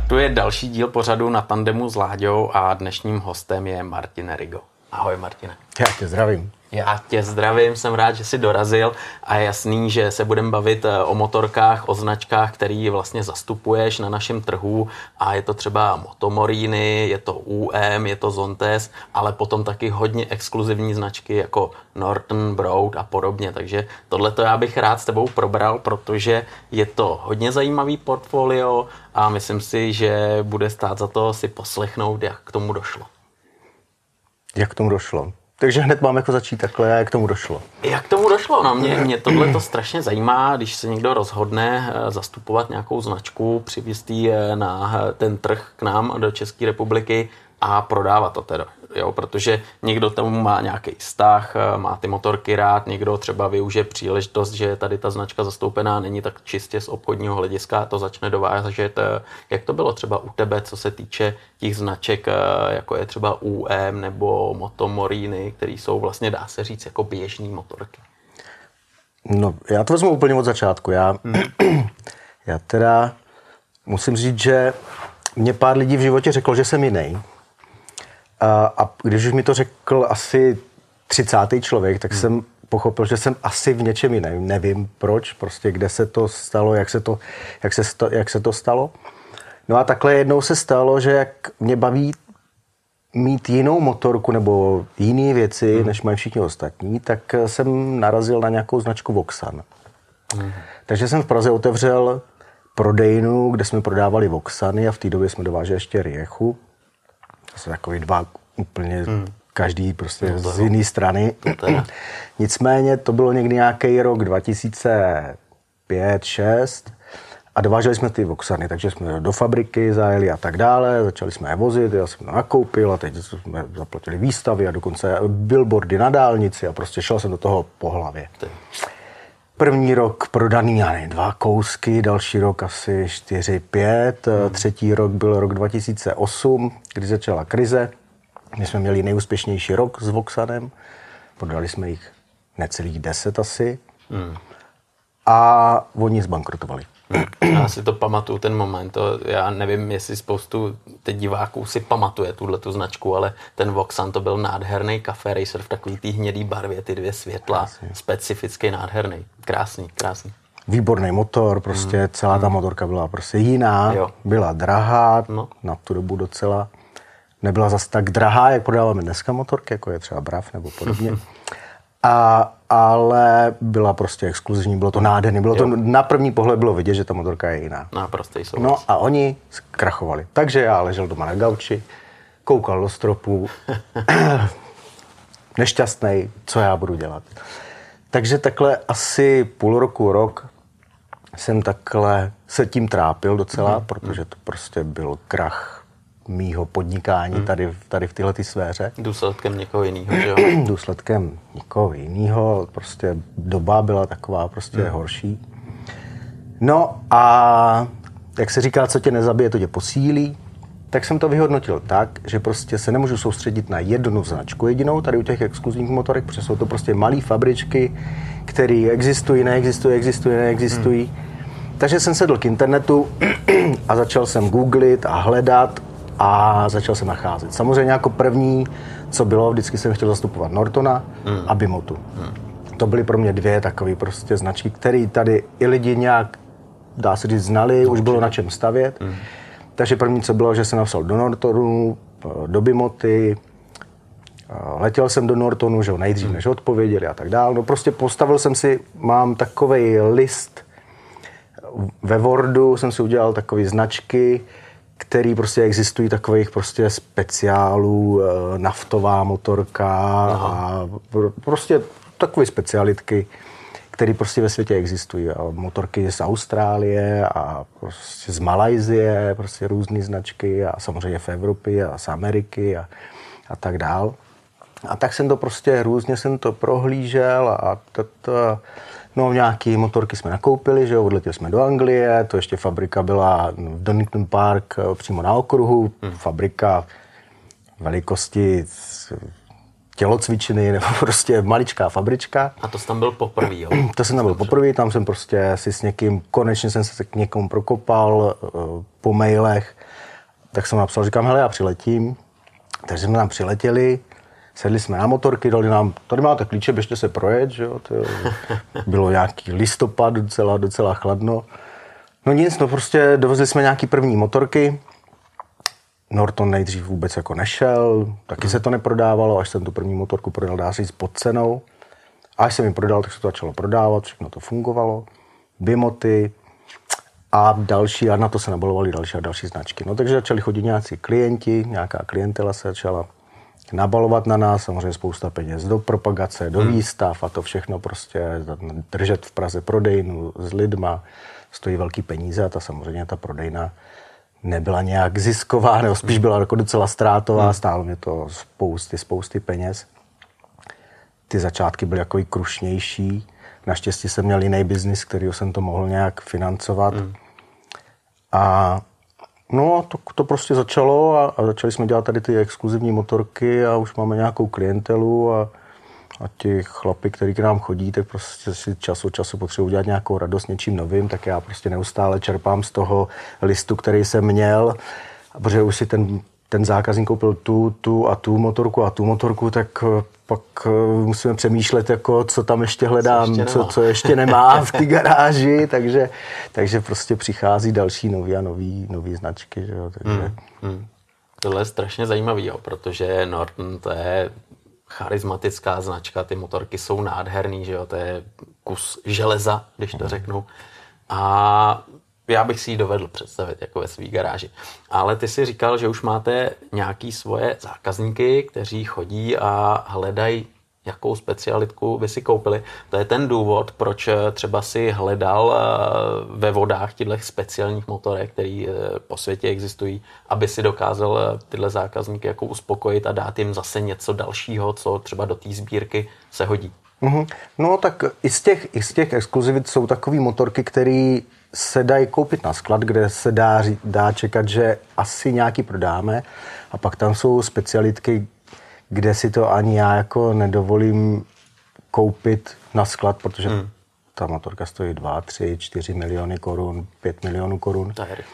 Startuje další díl pořadu Na tandemu s Láďou a dnešním hostem je Martin Rigo. Ahoj Martine. Já tě zdravím. Já tě zdravím, jsem rád, že jsi dorazil a je jasný, že se budeme bavit o motorkách, o značkách, který vlastně zastupuješ na našem trhu a je to třeba Motomorini, je to UM, je to Zontes, ale potom taky hodně exkluzivní značky jako Norton, Broad a podobně, takže tohleto já bych rád s tebou probral, protože je to hodně zajímavý portfolio a myslím si, že bude stát za to si poslechnout, jak k tomu došlo. Jak k tomu došlo? Takže hned mám jako začít takhle, jak k tomu došlo. Jak k tomu došlo? No, mě tohle to strašně zajímá, když se někdo rozhodne zastupovat nějakou značku, přivést ji na ten trh k nám do České republiky a prodávat to teda. Jo, protože někdo tomu má nějaký vztah, má ty motorky rád, někdo třeba využije příležitost, že tady ta značka zastoupená není tak čistě z obchodního hlediska, to začne dovážet. Jak to bylo třeba u tebe, co se týče těch značek, jako je třeba UM nebo Motomorini, které jsou vlastně, dá se říct, jako běžný motorky? No, já to vezmu úplně od začátku. Já teda musím říct, že mě pár lidí v životě řeklo, že jsem jiný. A když už mi to řekl asi 30. člověk, tak jsem pochopil, že jsem asi v něčem jiném. Nevím proč, prostě kde se to stalo, jak se to stalo. No a takhle jednou se stalo, že jak mě baví mít jinou motorku nebo jiné věci, než mají všichni ostatní, tak jsem narazil na nějakou značku Voxan. Takže jsem v Praze otevřel prodejnu, kde jsme prodávali Voxany a v té době jsme dováželi ještě Riechu. To jsou takový dva úplně každý prostě z jiné strany. Nicméně to bylo někdy nějaký rok 2005-2006 a dováželi jsme ty Voxany, takže jsme do fabriky zajeli a tak dále, začali jsme je vozit, já jsem to nakoupil a teď jsme zaplatili výstavy a dokonce billboardy na dálnici a prostě šel jsem do toho po hlavě. První rok prodaný, já nevím, 2 kousky, další rok asi 4-5, třetí rok byl rok 2008, kdy začala krize. My jsme měli nejúspěšnější rok s Voxanem, prodali jsme jich necelých 10 asi a oni zbankrotovali. Já si to pamatuju, ten moment. Já nevím, jestli spoustu teď diváků si pamatuje tuhletu značku, ale ten Voxan to byl nádherný Cafe Racer v takový té hnědý barvě, ty 2 světla, specifický, nádherný. Krásný. Výborný motor, prostě celá ta motorka byla prostě jiná, byla drahá, na tu dobu docela. Nebyla zas tak drahá, jak prodáváme dneska motorky, jako je třeba Brav nebo podobně. Ale byla prostě exkluzivní, bylo to nádherný, bylo to na první pohled bylo vidět, že ta motorka je jiná. No a oni krachovali. Takže já ležel doma na gauči, koukal do stropu, nešťastnej, co já budu dělat. Takže takhle asi půl roku, rok jsem takhle se tím trápil docela, protože to prostě byl krach mýho podnikání tady v téhleté sféře. Důsledkem někoho jiného, že jo? Důsledkem někoho jiného, prostě doba byla taková prostě horší. No a jak se říká, co tě nezabije, to tě posílí, tak jsem to vyhodnotil tak, že prostě se nemůžu soustředit na jednu značku jedinou, tady u těch exkluzivních motorek, protože jsou to prostě malé fabričky, které existují, neexistují. Takže jsem sedl k internetu a začal jsem googlit a hledat a začal jsem nacházet. Samozřejmě jako první, co bylo, vždycky jsem chtěl zastupovat Nortona a Bimotu. To byly pro mě 2 takové prostě značky, které tady i lidi nějak, dá se říct, znali, už bylo na čem stavět. Takže první, co bylo, že jsem napsal do Nortonu, do Bimoty, letěl jsem do Nortonu, že nejdřív než odpověděli a tak dále. No prostě postavil jsem si, mám takovej list ve Wordu, jsem si udělal takové značky, který prostě existují takových prostě speciálů, naftová motorka a prostě takové specialitky, které prostě ve světě existují. A motorky z Austrálie a prostě z Malajsie, prostě různé značky a samozřejmě v Evropě a z Ameriky a tak dál. A tak jsem to prostě různě jsem to prohlížel a no nějaký motorky jsme nakoupili, že jo, odletěli jsme do Anglie, to ještě fabrika byla v Donington Park přímo na okruhu, fabrika velikosti tělocvičny nebo prostě maličká fabrička. A to jsi tam byl poprvé, jo? To jsem tam byl poprvé, tam jsem prostě si s někým, konečně jsem se k někomu prokopal po mailech tak jsem napsal, říkám, hele, já přiletím. Takže jsme tam přiletěli, sedli jsme na motorky, dali nám, tady máte klíče, běžte se projet, že jo, bylo nějaký listopad, docela chladno. No nic, no prostě dovezli jsme nějaký první motorky, Norton nejdřív vůbec jako nešel, taky se to neprodávalo, až jsem tu první motorku prodal, dá se říct, pod cenou. A až jsem ji prodal, tak se to začalo prodávat, všechno to fungovalo, Bimoty a další, a na to se nabalovaly další značky. No takže začali chodit nějací klienti, nějaká klientela se začala nabalovat na nás, samozřejmě spousta peněz do propagace, do výstav a to všechno prostě držet v Praze prodejnu s lidma, stojí velký peníze a samozřejmě ta prodejna nebyla nějak zisková, nebo spíš byla jako docela ztrátová, stálo mě to spousty peněz. Ty začátky byly jako krušnější, naštěstí jsem měl jiný biznis, kterýho jsem to mohl nějak financovat. A no, to prostě začalo a začali jsme dělat tady ty exkluzivní motorky a už máme nějakou klientelu a ti chlapi, kteří k nám chodí, tak prostě si čas od času potřebují dělat nějakou radost něčím novým, tak já prostě neustále čerpám z toho listu, který jsem měl, protože už si ten zákazník koupil tu motorku, tak pak musíme přemýšlet, jako, co tam ještě hledám, co ještě nemá v té garáži, takže prostě přichází další nový značky. Že jo, takže. Tohle je strašně zajímavý, jo, protože Norton to je charismatická značka, ty motorky jsou nádherný, že jo, to je kus železa, když to řeknu. A já bych si ji dovedl představit jako ve svý garáži. Ale ty si říkal, že už máte nějaký svoje zákazníky, kteří chodí a hledají, jakou specialitku by si koupili. To je ten důvod, proč třeba si hledal ve vodách těchto speciálních motorek, které po světě existují, aby si dokázal tyhle zákazníky jako uspokojit a dát jim zase něco dalšího, co třeba do té sbírky se hodí. No tak i z těch exkluzivit jsou takové motorky, které se dají koupit na sklad, kde se dá čekat, že asi nějaký prodáme. A pak tam jsou specialitky, kde si to ani já jako nedovolím koupit na sklad, protože ta motorka stojí 2, 3, 4 miliony korun, 5 milionů korun.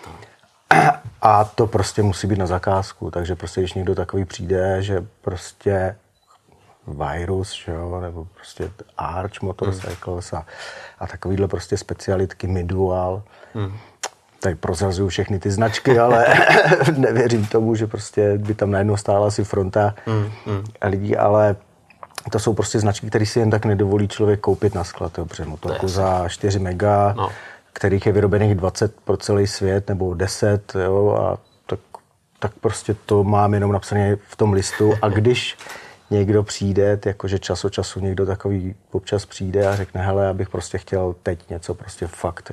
A to prostě musí být na zakázku. Takže prostě, když někdo takový přijde, že prostě Virus, jo, nebo prostě Arch Motorcycles a takovýhle prostě specialitky Midwall. Tak prozrazuju všechny ty značky, ale nevěřím tomu, že prostě by tam najednou stála asi fronta lidí, ale to jsou prostě značky, které si jen tak nedovolí člověk koupit na sklad, jo, protože motorku za 4 mega, kterých je vyrobených 20 pro celý svět, nebo 10, jo, a tak prostě to mám jenom napsané v tom listu a když někdo přijde, jakože čas od času někdo takový občas přijde a řekne, hele, já bych prostě chtěl teď něco prostě fakt,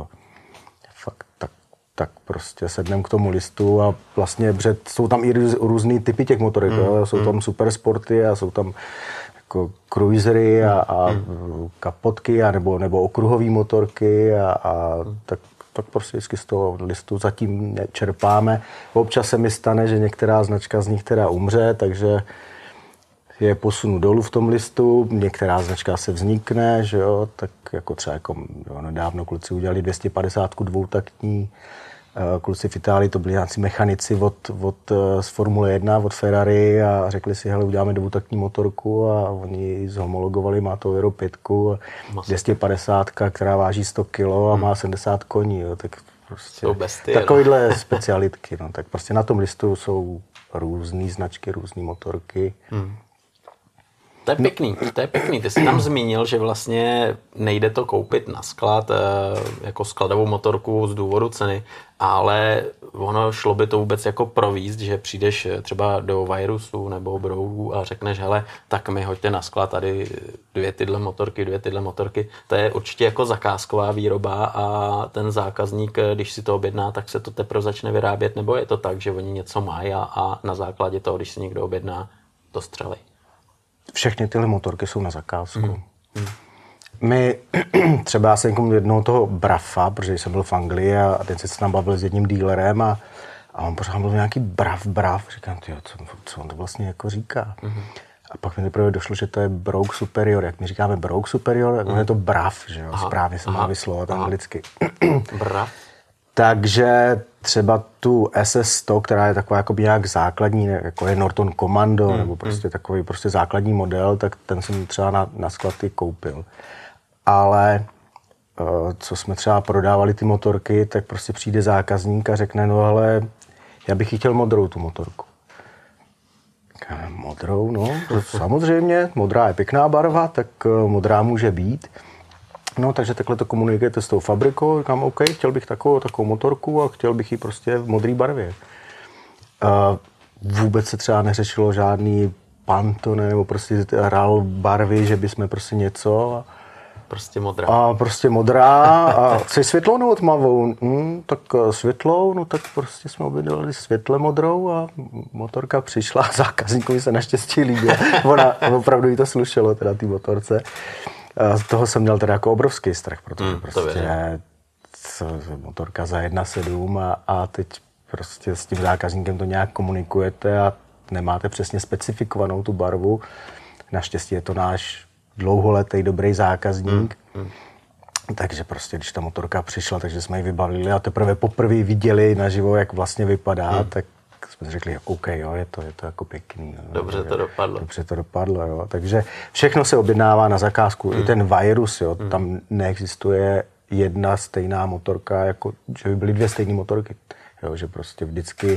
tak prostě sednem k tomu listu a vlastně jsou tam i různý typy těch motorek, jsou tam supersporty a jsou tam jako cruisery a kapotky nebo okruhové motorky a tak prostě vždycky z toho listu zatím čerpáme. Občas se mi stane, že některá značka z nich teda umře, takže je posunu dolů v tom listu, některá značka se vznikne, že jo, tak jako třeba nedávno kluci udělali 250 dvoutaktní, kluci v Itálii, to byli nějací mechanici z Formule 1, od Ferrari a řekli si, hele, uděláme dvoutaktní motorku a oni ji zhomologovali, má to Euro 5, 250, která váží 100 kg a má 70 koní, jo, tak prostě takovýhle specialitky, no, tak prostě na tom listu jsou různý značky, různý motorky. To je pěkný. Ty jsi tam zmínil, že vlastně nejde to koupit na sklad jako skladovou motorku z důvodu ceny, ale ono šlo by to vůbec jako províst, že přijdeš třeba do Virusu nebo Brougu a řekneš, hele, tak mi hoďte na sklad tady dvě tyhle motorky. To je určitě jako zakázková výroba a ten zákazník, když si to objedná, tak se to teprve začne vyrábět, nebo je to tak, že oni něco mají a na základě toho, když si někdo objedná, to střelí. Všechny tyhle motorky jsou na zakázku. My třeba já jsem někomu jednou toho Brafa, protože jsem byl v Anglii a ten se s nám bavil s jedním dealerem a on pořád byl nějaký Brav. Říkám, tyjo, co on to vlastně jako říká. A pak mi teprve došlo, že to je Brogue Superior. Jak my říkáme Brogue Superior, on je to Brav, že jo, správně se má vyslovovat anglicky. Brav? Takže třeba tu SS100, která je taková jako nějak základní, jako je Norton Commando, nebo prostě takový prostě základní model, tak ten jsem třeba na sklad i koupil. Ale co jsme třeba prodávali ty motorky, tak prostě přijde zákazník a řekne, no ale já bych chtěl modrou tu motorku. Modrou, no, samozřejmě, modrá je pěkná barva, tak modrá může být. No, takže takhle to komunikujete s tou fabrikou, říkám, OK, chtěl bych takovou motorku a chtěl bych ji prostě v modré barvě. Vůbec se třeba neřešilo žádný Pantone nebo prostě RAL barvy, že bychom prostě něco. Prostě modrá. A prostě modrá. A chci světlou nebo tmavou? Tak světlou, no tak prostě jsme objednali světle modrou a motorka přišla. Zákazníkovi se naštěstí líbila. Ona opravdu jí to slušelo, teda té motorce. A z toho jsem měl teda jako obrovský strach, protože prostě motorka za 1,7 a teď prostě s tím zákazníkem to nějak komunikujete a nemáte přesně specifikovanou tu barvu. Naštěstí je to náš dlouholetý dobrý zákazník. Takže prostě, když ta motorka přišla, takže jsme ji vybavili a teprve poprvé viděli naživo, jak vlastně vypadá, tak jsme řekli, OK, jo, je to jako pěkný. Dobře to dopadlo. Dobře to dopadlo, jo. Takže všechno se objednává na zakázku. I ten virus, jo, tam neexistuje jedna stejná motorka, jako že by byly dvě stejné motorky. Jo, že prostě vždycky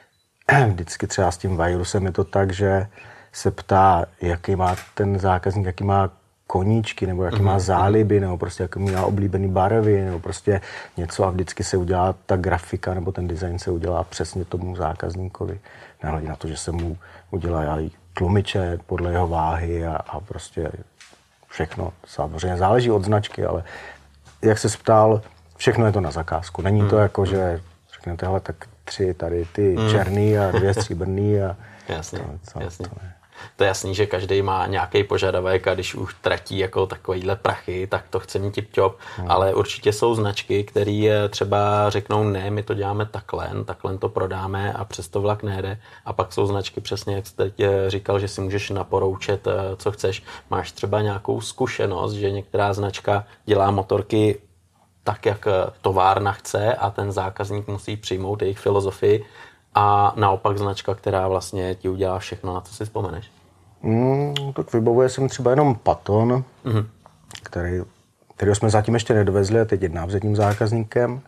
třeba s tím virusem je to tak, že se ptá, jaký má ten zákazník, jaký má koníčky, nebo jaký má záliby, nebo prostě jaký má oblíbený barvy, nebo prostě něco a vždycky se udělá ta grafika, nebo ten design se udělá přesně tomu zákazníkovi. Nehledě na to, že se mu udělají tlumiče podle jeho váhy a prostě všechno. Samozřejmě záleží od značky, ale jak se ptal, všechno je to na zakázku. Není to jako, že řeknete, hele, tak 3 tady ty černý a 2 stříbrný a jasně, jasně. To je jasný, že každý má nějaký požadavek a když už tratí jako takovýhle prachy, tak to chce mít tip-top, ale určitě jsou značky, které třeba řeknou, ne, my to děláme takhle to prodáme a přesto vlak nejede. A pak jsou značky přesně, jak jsi teď říkal, že si můžeš naporoučet, co chceš. Máš třeba nějakou zkušenost, že některá značka dělá motorky tak, jak továrna chce a ten zákazník musí přijmout jejich filozofii, a naopak značka, která vlastně ti udělá všechno, na co si vzpomeneš? Tak vybavuje jsem třeba jenom Patton, kterýho jsme zatím ještě nedovezli a teď jednám s jedním zákazníkem.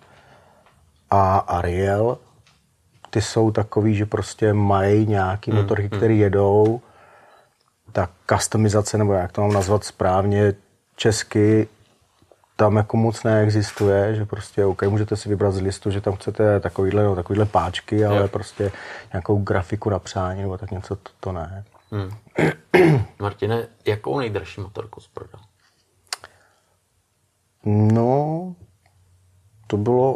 A Ariel, ty jsou takový, že prostě mají nějaký motorky, které jedou. Ta customizace, nebo jak to mám nazvat správně česky, tam jako moc neexistuje, že prostě OK, můžete si vybrat z listu, že tam chcete takovýhle páčky, ale prostě nějakou grafiku na přání nebo tak něco, to ne. Martine, jakou nejdražší motorku jsi prodal? No, to bylo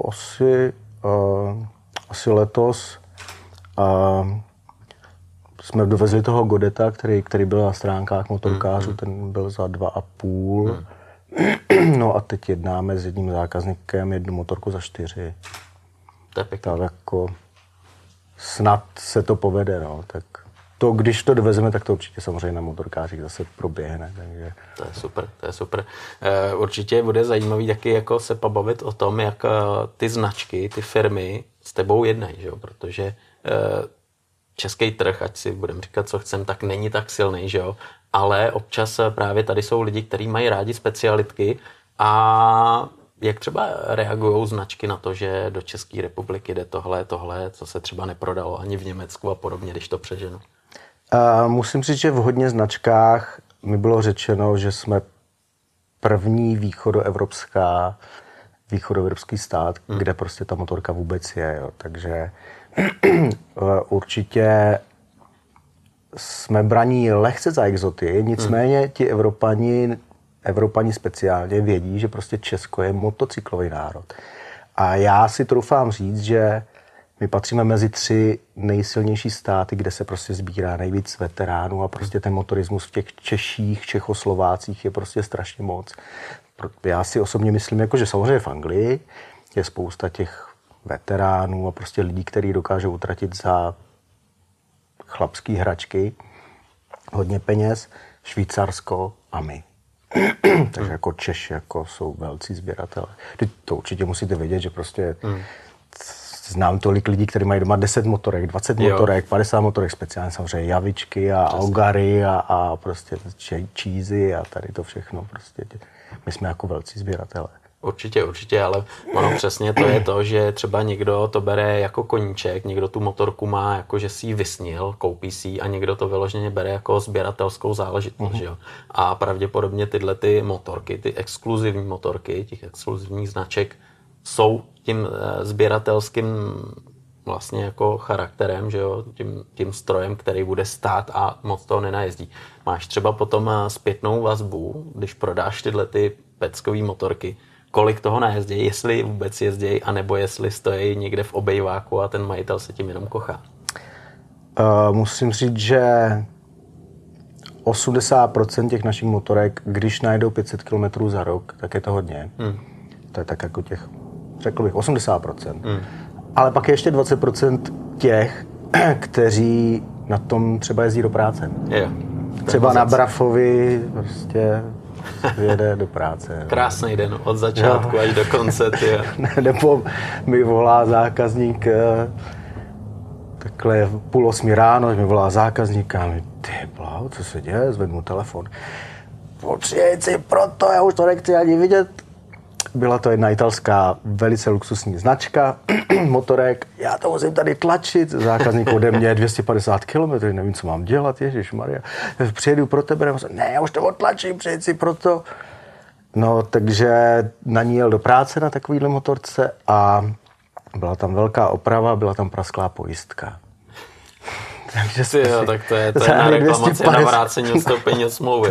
asi letos. Jsme dovezli toho Godeta, který byl na stránkách motorkářů, ten byl za 2,5. No a teď jednáme s jedním zákazníkem jednu motorku za 4. To je pěkný. Tak jako snad se to povede, no. Tak to, když to dovezeme, tak to určitě samozřejmě na motorkářích zase proběhne. Takže... To je super. Určitě bude zajímavý taky jako se pobavit o tom, jak ty značky, ty firmy s tebou jednají, že jo? Protože český trh, ať si budeme říkat, co chcem, tak není tak silný, že jo? Ale občas právě tady jsou lidi, kteří mají rádi specialitky a jak třeba reagují značky na to, že do České republiky jde tohle, co se třeba neprodalo ani v Německu a podobně, když to přeženu? Musím říct, že v hodně značkách mi bylo řečeno, že jsme první východoevropský stát, kde prostě ta motorka vůbec je. Jo. Takže určitě jsme braní lehce za exoty, nicméně ti Evropani speciálně vědí, že prostě Česko je motocyklový národ. A já si troufám říct, že my patříme mezi 3 nejsilnější státy, kde se prostě sbírá nejvíc veteránů a prostě ten motorismus v těch Češích, Čechoslovácích je prostě strašně moc. Já si osobně myslím, jako, že samozřejmě v Anglii je spousta těch veteránů a prostě lidí, kteří dokážou utratit za chlapský hračky hodně peněz, Švýcarsko a my. Takže jako Češi jako jsou velcí sběratelé. To určitě musíte vědět, že prostě znám tolik lidí, kteří mají doma 10 motorek, 20 motorek, 50 motorek, speciálně samozřejmě javičky a ogary a prostě cheesy a tady to všechno. Prostě my jsme jako velcí sběratelé. Určitě, ale ono přesně to je to, že třeba někdo to bere jako koníček, někdo tu motorku má jako, že si ji vysnil, koupí si ji a někdo to vyloženě bere jako sběratelskou záležitost. Že jo? A pravděpodobně tyhle ty motorky, ty exkluzivní motorky, těch exkluzivních značek, jsou tím sběratelským vlastně jako charakterem, že jo? Tím strojem, který bude stát a moc toho nenajezdí. Máš třeba potom zpětnou vazbu, když prodáš tyhle ty peckové motorky, kolik toho najezdí, jestli vůbec jezdí, anebo jestli stojí někde v obejváku a ten majitel se tím jenom kochá. Musím říct, že 80% těch našich motorek, když najedou 500 km za rok, tak je to hodně. To je tak jako těch, řekl bych, 80%. Ale pak je ještě 20% těch, kteří na tom třeba jezdí do práce. Jo. Třeba na Brafovi prostě jede do práce. Krásný den, od začátku až do konce. Nebo mi volá zákazník takhle 7:30 ráno, mi volá zákazník a mi, ty bláho, co se děje, zvednu telefon. Přijď si proto, já už to nechci ani vidět. Byla to jedna italská velice luxusní značka motorek. Já to musím tady tlačit. Zákazník ode mě 250 km, nevím, co mám dělat, ježišmarja. Přijedu pro tebe, ne, já už to odtlačím, přijeď si proto. No, takže na ní jel do práce na takovýhle motorce a byla tam velká oprava, byla tam prasklá pojistka. Takže tak to je na reklamaci na vrácení odstoupení od smlouvy.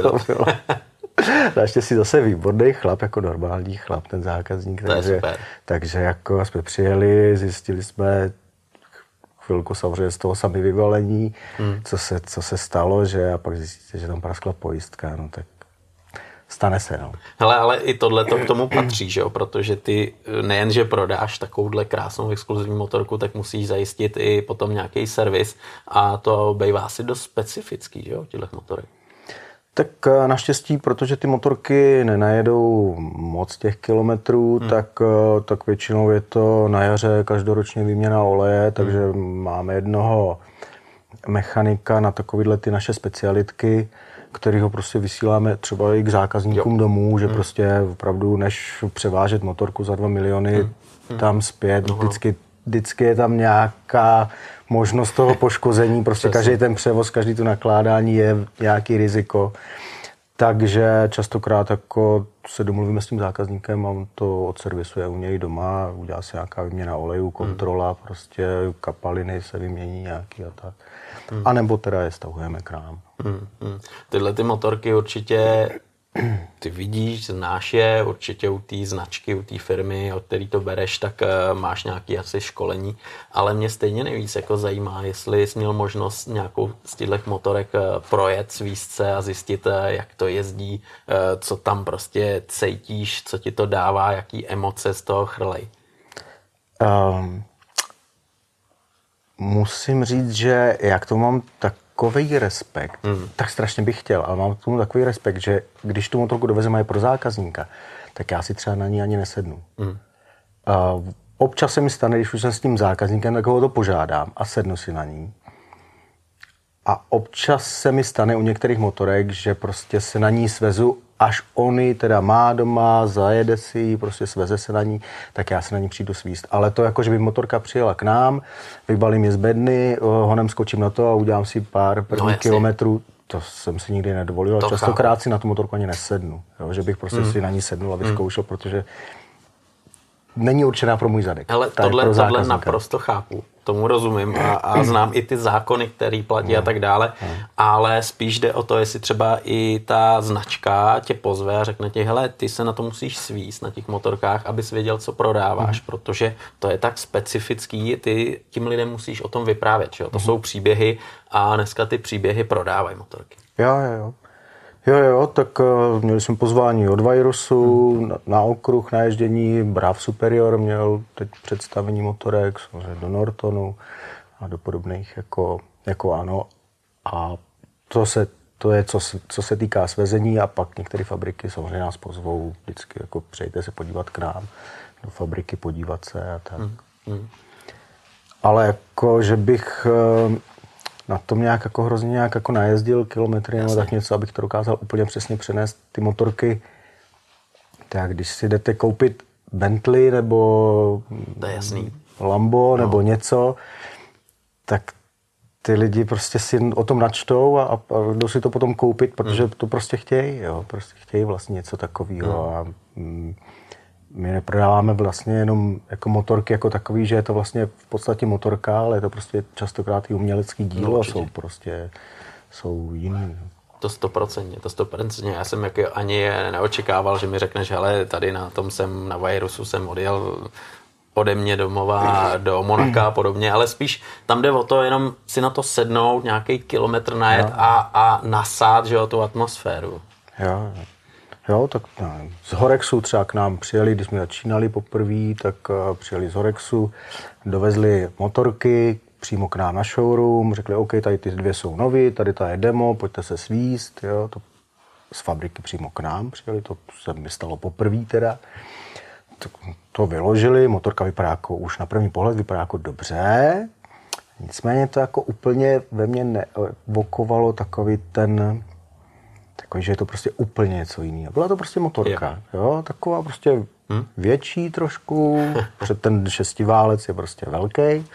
Naštěstí zase výborný chlap, jako normální chlap, ten zákazník. Takže jako jsme přijeli, zjistili jsme chvilku samozřejmě z toho sami vyvalení, co se stalo, že a pak zjistíte, že tam praskla pojistka, no tak stane se, no. Hele, ale i tohle to k tomu patří, že jo, protože ty nejen, že prodáš takovouhle krásnou exkluzivní motorku, tak musíš zajistit i potom nějaký servis a to bývá asi dost specifický, že jo, těchto motorek. Tak naštěstí, protože ty motorky nenajedou moc těch kilometrů, tak většinou je to na jaře každoročně výměna oleje, takže máme jednoho mechanika na takovýhle ty naše specialitky, kterýho prostě vysíláme třeba i k zákazníkům domů, že prostě opravdu než převážet motorku za 2 miliony tam zpět, vždycky je tam nějaká možnost toho poškození, prostě každý ten převoz, každý to nakládání je nějaký riziko. Takže častokrát jako se domluvíme s tím zákazníkem a on to odservisuje u něj doma, udělá se nějaká výměna olejů, kontrola, prostě kapaliny se vymění nějaký a tak. A nebo teda je stahujeme k nám. Tyhle ty motorky určitě ty vidíš, znáš je, určitě u té značky, u té firmy, od který to bereš, tak máš nějaké asi školení, ale mě stejně nejvíc jako zajímá, jestli jsi měl možnost nějakou z těchto motorek projet, svízt se a zjistit, jak to jezdí, co tam prostě cítíš, co ti to dává, jaký emoce z toho chrlej. Musím říct, že jak to mám takový respekt, tak strašně bych chtěl, ale mám k tomu takový respekt, že když tu motorku dovezeme pro zákazníka, tak já si třeba na ní ani nesednu. Občas se mi stane, když už jsem s tím zákazníkem, tak ho to požádám a sednu si na ní. A občas se mi stane u některých motorek, že prostě se na ní svezu, až on ji teda má doma, zajede si ji, prostě sveze se na ní, tak já se na ní přijdu svízt. Ale to jako, že by motorka přijela k nám, vybalím je z bedny, honem skočím na to a udělám si pár prvních kilometrů, to jsem si nikdy nedovolil. Častokrát si na tu motorku ani nesednu, jo, že bych prostě si na ní sednul a vyzkoušel, protože není určená pro můj zadek. Ale tohle naprosto chápu. Tomu rozumím a znám i ty zákony, které platí a tak dále, ale spíš jde o to, jestli třeba i ta značka tě pozve a řekne ti, hele, ty se na to musíš svíst na těch motorkách, abys věděl, co prodáváš, protože to je tak specifický, ty tím lidem musíš o tom vyprávět, že jo? To jsou příběhy a dneska ty příběhy prodávají motorky. Jo, tak měli jsme pozvání od Virusu na okruh, na ježdění, Brav Superior měl teď představení motorek, samozřejmě do Nortonu a do podobných jako ano. A to se to je, co se týká svezení, a pak některé fabriky samozřejmě nás pozvou vždycky, jako přejte se podívat k nám do fabriky, podívat se a tak. Ale jako, že bych na tom nějak jako hrozně nějak jako najezdil kilometry nebo tak něco, abych to dokázal úplně přesně přenést ty motorky. Tak když si jdete koupit Bentley nebo to je jasný. Lambo nebo něco, tak ty lidi prostě si o tom načtou a jdou si to potom koupit, protože to prostě chtějí, jo, prostě chtějí vlastně něco takového. A my neprodáváme vlastně jenom jako motorky jako takový, že je to vlastně v podstatě motorka, ale je to prostě častokrát i umělecký dílo, jsou jiný. To 100%. Já jsem ani neočekával, že mi řekneš, hele, tady na tom na Virusu jsem odjel ode mě domova do Monaka a podobně, ale spíš tam jde o to jenom si na to sednout, nějaký kilometr najet a nasát, že jo, tu atmosféru. Jo, tak z Horexu třeba k nám přijeli, když jsme začínali poprvé, tak přijeli z Horexu, dovezli motorky přímo k nám na showroom, řekli, OK, tady ty dvě jsou nový, tady ta je demo, pojďte se svízt, jo, to z fabriky přímo k nám přijeli, to se mi stalo poprvé teda. To vyložili, motorka vypadá jako, už na první pohled vypadá jako dobře, nicméně to jako úplně ve mně neevokovalo takový, že je to prostě úplně něco jiného. Byla to prostě motorka, jo, taková prostě větší trošku, protože ten šestiválec je prostě velký.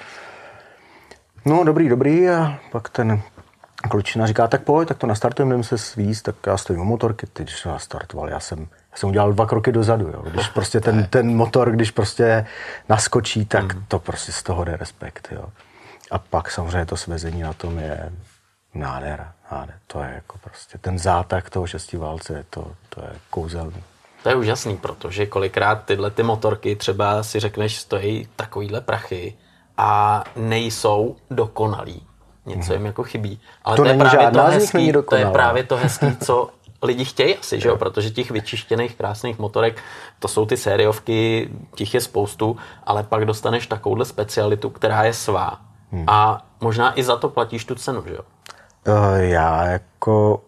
No dobrý, a pak ten klučina říká, tak pojď, tak to nastartujeme, jdeme se svízt, tak já stojím u motorky, teď když jsem nastartoval, já jsem udělal 2 kroky dozadu, jo. Když prostě ten motor, když prostě naskočí, tak to prostě z toho jde respekt, jo. A pak samozřejmě to svezení na tom je nádhera. To je jako prostě ten zátah toho šestiválce, to je kouzelný. To je úžasný, protože kolikrát tyhle ty motorky třeba si řekneš, stojí takovýhle prachy a nejsou dokonalý. Něco jim jako chybí. Ale to je právě to hezký, to je právě to hezký, co lidi chtějí asi, že jo? Protože těch vyčištěných krásných motorek, to jsou ty sériovky, těch je spoustu, ale pak dostaneš takovouhle specialitu, která je svá. A možná i za to platíš tu cenu, že jo? Já jako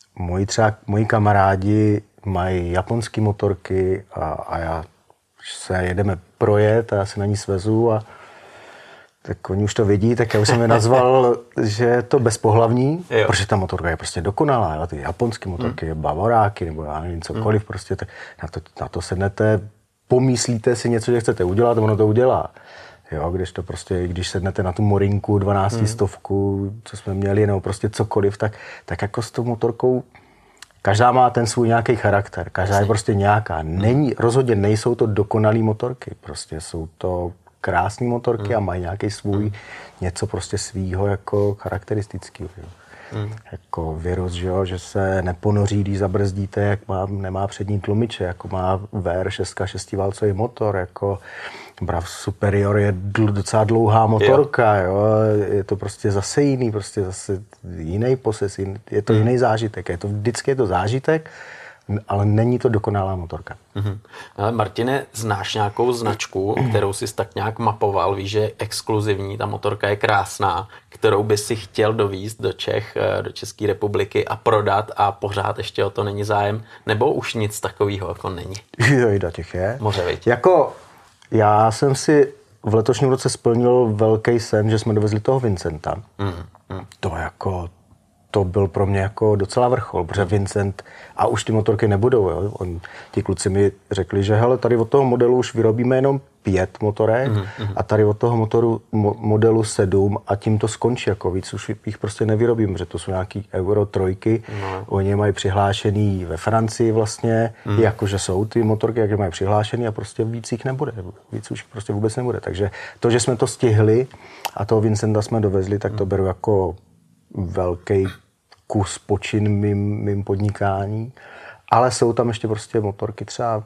moji kamarádi mají japonské motorky a já se jedeme projet a já se na ní svezu a tak oni už to vidí, tak já už jsem je nazval, že je to bezpohlavní, protože ta motorka je prostě dokonalá, jo? Ty japonské motorky, bavoráky nebo já nevím cokoliv, prostě tak na to sednete, pomyslíte si něco, že chcete udělat, ono to udělá. Jo, když sednete na tu Morinku 12 stovku, co jsme měli, nebo prostě cokoliv, tak jako s tou motorkou, každá má ten svůj nějaký charakter, každá je prostě nějaká. Rozhodně nejsou to dokonalý motorky, prostě jsou to krásné motorky a mají nějaký svůj, něco prostě svýho jako charakteristického. Jako Virus, že se neponoří, když zabrzdíte, jak nemá přední tlumiče, jako má VR6 šestiválcový motor, jako Brav Superior je docela dlouhá motorka, jo. Je to prostě zase jiný, prostě zase jiný poses, je to jiný zážitek, vždycky je to zážitek, ale není to dokonalá motorka. Ale Martine, znáš nějakou značku, kterou jsi tak nějak mapoval, víš, že je exkluzivní, ta motorka je krásná, kterou by si chtěl dovízt do Čech, do České republiky a prodat a pořád ještě o to není zájem, nebo už nic takového jako není? Jo, těch je. Moře, viď? Jako, já jsem si v letošním roce splnil velký sen, že jsme dovezli toho Vincenta. To byl pro mě jako docela vrchol, protože Vincent, a už ty motorky nebudou, jo. Ti kluci mi řekli, že hele, tady od toho modelu už vyrobíme jenom 5 motorek a tady od toho modelu 7 a tím to skončí, jako víc už jich prostě nevyrobím, protože to jsou nějaký Euro 3, oni mají přihlášený ve Francii vlastně, jakože jsou ty motorky, jak mají přihlášený a prostě víc jich nebude, víc už prostě vůbec nebude, takže to, že jsme to stihli a toho Vincenta jsme dovezli, tak to beru jako velký kus počin mým podnikání, ale jsou tam ještě prostě motorky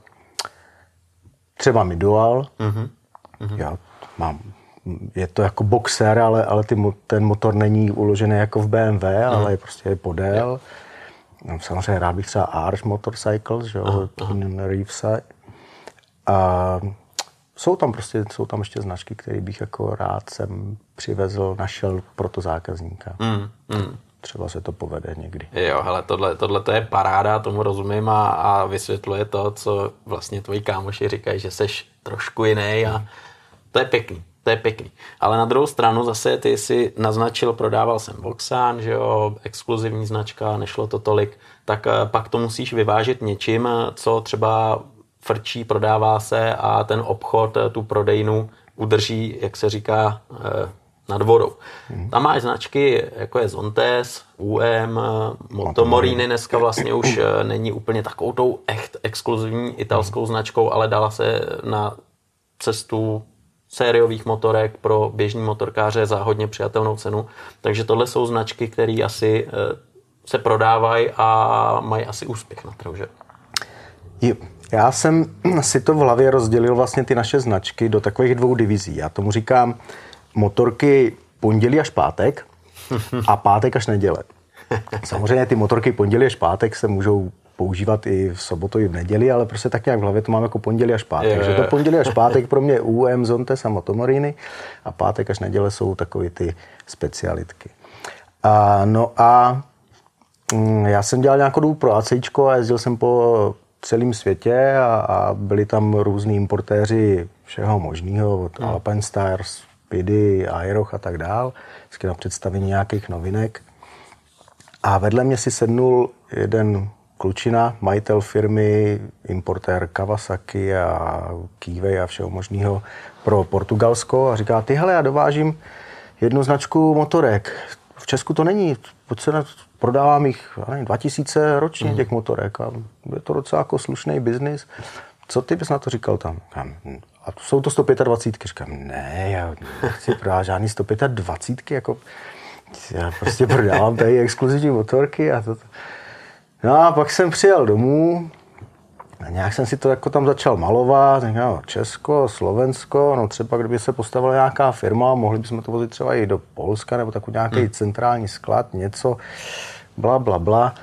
třeba Midual, já je to jako boxer, ale ten motor není uložený jako v BMW, ale je prostě podél. Samozřejmě rád bych třeba Arch Motorcycles, že jo, Reevesa. A jsou tam ještě značky, které bych jako rád sem přivezl, našel pro to zákazníka. třeba se to povede někdy. Jo, hele, tohle to je paráda, tomu rozumím a vysvětluje to, co vlastně tvoji kámoši říkají, že seš trošku jiný a to je pěkný. To je pěkný. Ale na druhou stranu zase ty si naznačil, prodával jsem Voxan, že jo, exkluzivní značka, nešlo to tolik, tak pak to musíš vyvážit něčím, co třeba frčí, prodává se a ten obchod, tu prodejnu udrží, jak se říká, nad vodou. Tam máš značky, jako je Zontes, UM, Motomorini dneska vlastně už není úplně takovou tou exkluzivní italskou značkou, ale dala se na cestu sériových motorek pro běžní motorkáře za hodně přijatelnou cenu. Takže tohle jsou značky, které asi se prodávají a mají asi úspěch na trhu, že? Jo. Já jsem si to v hlavě rozdělil vlastně ty naše značky do takových 2 divizí. Já tomu říkám motorky pondělí až pátek a pátek až neděle. Samozřejmě ty motorky pondělí až pátek se můžou používat i v sobotu, i v neděli, ale prostě tak nějak v hlavě to mám jako pondělí až pátek. Takže to pondělí až pátek pro mě UM, Zontes a Motomorini a pátek až neděle jsou takové ty specialitky. Já jsem dělal nějakou dobu pro ACčko a jezdil jsem po celém světě a byli tam různí importéři všeho možného, od Alpinestars, Speedy, Aeroch a tak dál, vždycky na představení nějakých novinek. A vedle mě si sednul jeden klučina, majitel firmy, importér Kawasaki a Kivey a všeho možného pro Portugalsko a říká, ty hele, já dovážím jednu značku motorek. V Česku to není, prodávám jich 2000 ročně těch motorek a je to docela jako slušný biznis. Co ty bys na to říkal tam? A jsou to 125. Říkám, ne, já nechci prodávat žádný 125, jako já prostě prodávám tady exkluzivní motorky a to. No a pak jsem přijel domů a nějak jsem si to jako tam začal malovat, Česko, Slovensko, no třeba kdyby se postavila nějaká firma, mohli bychom to vozit třeba i do Polska nebo takový nějaký centrální sklad, něco, bla, bla, bla.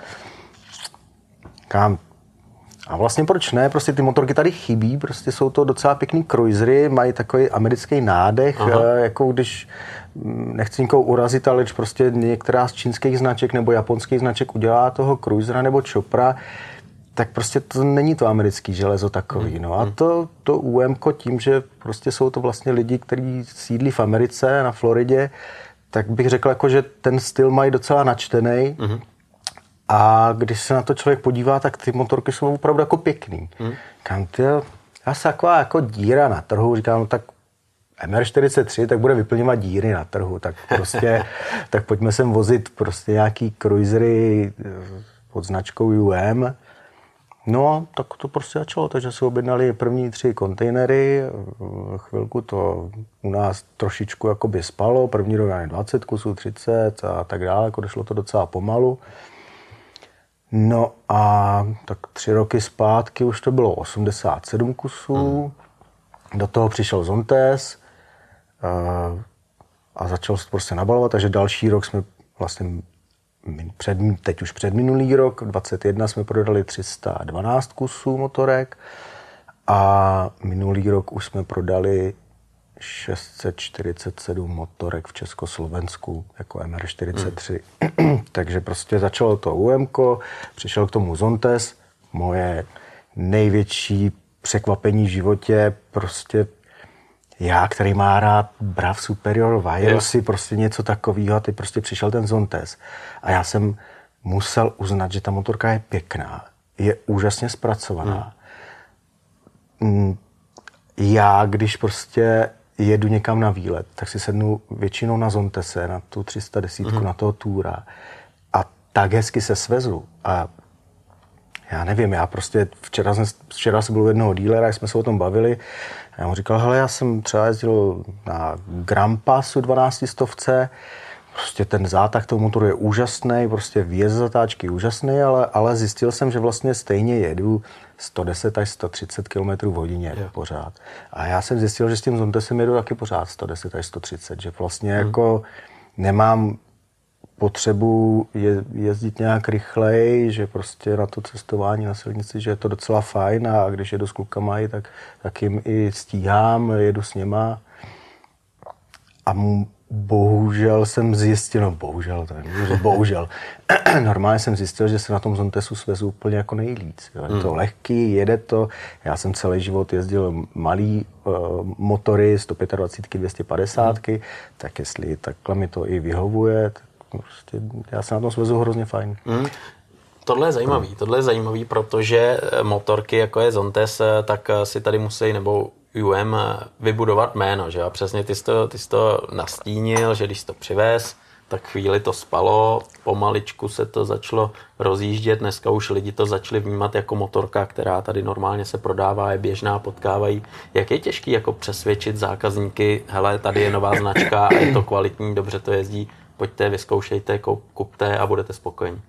A vlastně proč ne, prostě ty motorky tady chybí, prostě jsou to docela pěkný cruisery, mají takový americký nádech, jako když, nechci nikoho urazit, ale když prostě některá z čínských značek nebo japonských značek udělá toho cruisera nebo chopra, tak prostě to není to americký železo takový. No a to UMko tím, že prostě jsou to vlastně lidi, kteří sídlí v Americe, na Floridě, tak bych řekl, jako, že ten styl mají docela načtený. A když se na to člověk podívá, tak ty motorky jsou opravdu jako pěkný. Říkám, já se taková jako díra na trhu, říkám, no tak MR43, tak bude vyplňovat díry na trhu, tak prostě, tak pojďme sem vozit prostě nějaký cruisery pod značkou UM. No, tak to prostě začalo, takže se objednali první 3 kontejnery, chvilku to u nás trošičku jakoby spalo, první rok 20 kusů, 30 a tak dále, jako došlo to docela pomalu. No a tak 3 roky zpátky už to bylo 87 kusů, do toho přišel Zontes a začal se prostě nabalovat, takže další rok jsme vlastně teď už předminulý rok, 21 jsme prodali 312 kusů motorek a minulý rok už jsme prodali 647 motorek v Československu jako MR43. Takže prostě začalo to UMko, přišel k tomu Zontes, moje největší překvapení v životě, prostě já, který má rád Brav Superior Virusy, prostě něco takového, a teď prostě přišel ten Zontes. A já jsem musel uznat, že ta motorka je pěkná, je úžasně zpracovaná. Já, když prostě jedu někam na výlet, tak si sednu většinou na Zontese, na tu 310, na toho Toura a tak hezky se svezu. A já nevím, já prostě včera jsem byl u jednoho dílera, jsme se o tom bavili. Já mu říkal, hele, já jsem třeba jezdil na Grand Passu 1200, prostě ten zátah toho motoru je úžasný, prostě výjezd zatáčky úžasný, ale zjistil jsem, že vlastně stejně jedu 110 až 130 km v hodině pořád. A já jsem zjistil, že s tím Zontesem jedu taky pořád 110 až 130, že vlastně jako nemám potřebu jezdit nějak rychleji, že prostě na to cestování na silnici, že je to docela fajn a když jedu s klukama, tak jim i stíhám, jedu s něma. bohužel jsem zjistil, normálně jsem zjistil, že se na tom Zontesu svezu úplně jako nejlíc. Jo. Je to lehký, jede to. Já jsem celý život jezdil malý motory, 125, 250, tak jestli takhle mi to i vyhovuje, tak prostě já se na tom svezu hrozně fajn. Tohle je zajímavý, protože motorky, jako je Zontes, tak si tady musí, nebo UM, vybudovat jméno, že? A přesně ty jsi to nastínil, že když jsi to přivez, tak chvíli to spalo, pomaličku se to začalo rozjíždět, dneska už lidi to začali vnímat jako motorka, která tady normálně se prodává, je běžná, potkávají. Jak je těžký jako přesvědčit zákazníky, hele, tady je nová značka a je to kvalitní, dobře to jezdí, pojďte, vyzkoušejte, kupte a budete spokojení.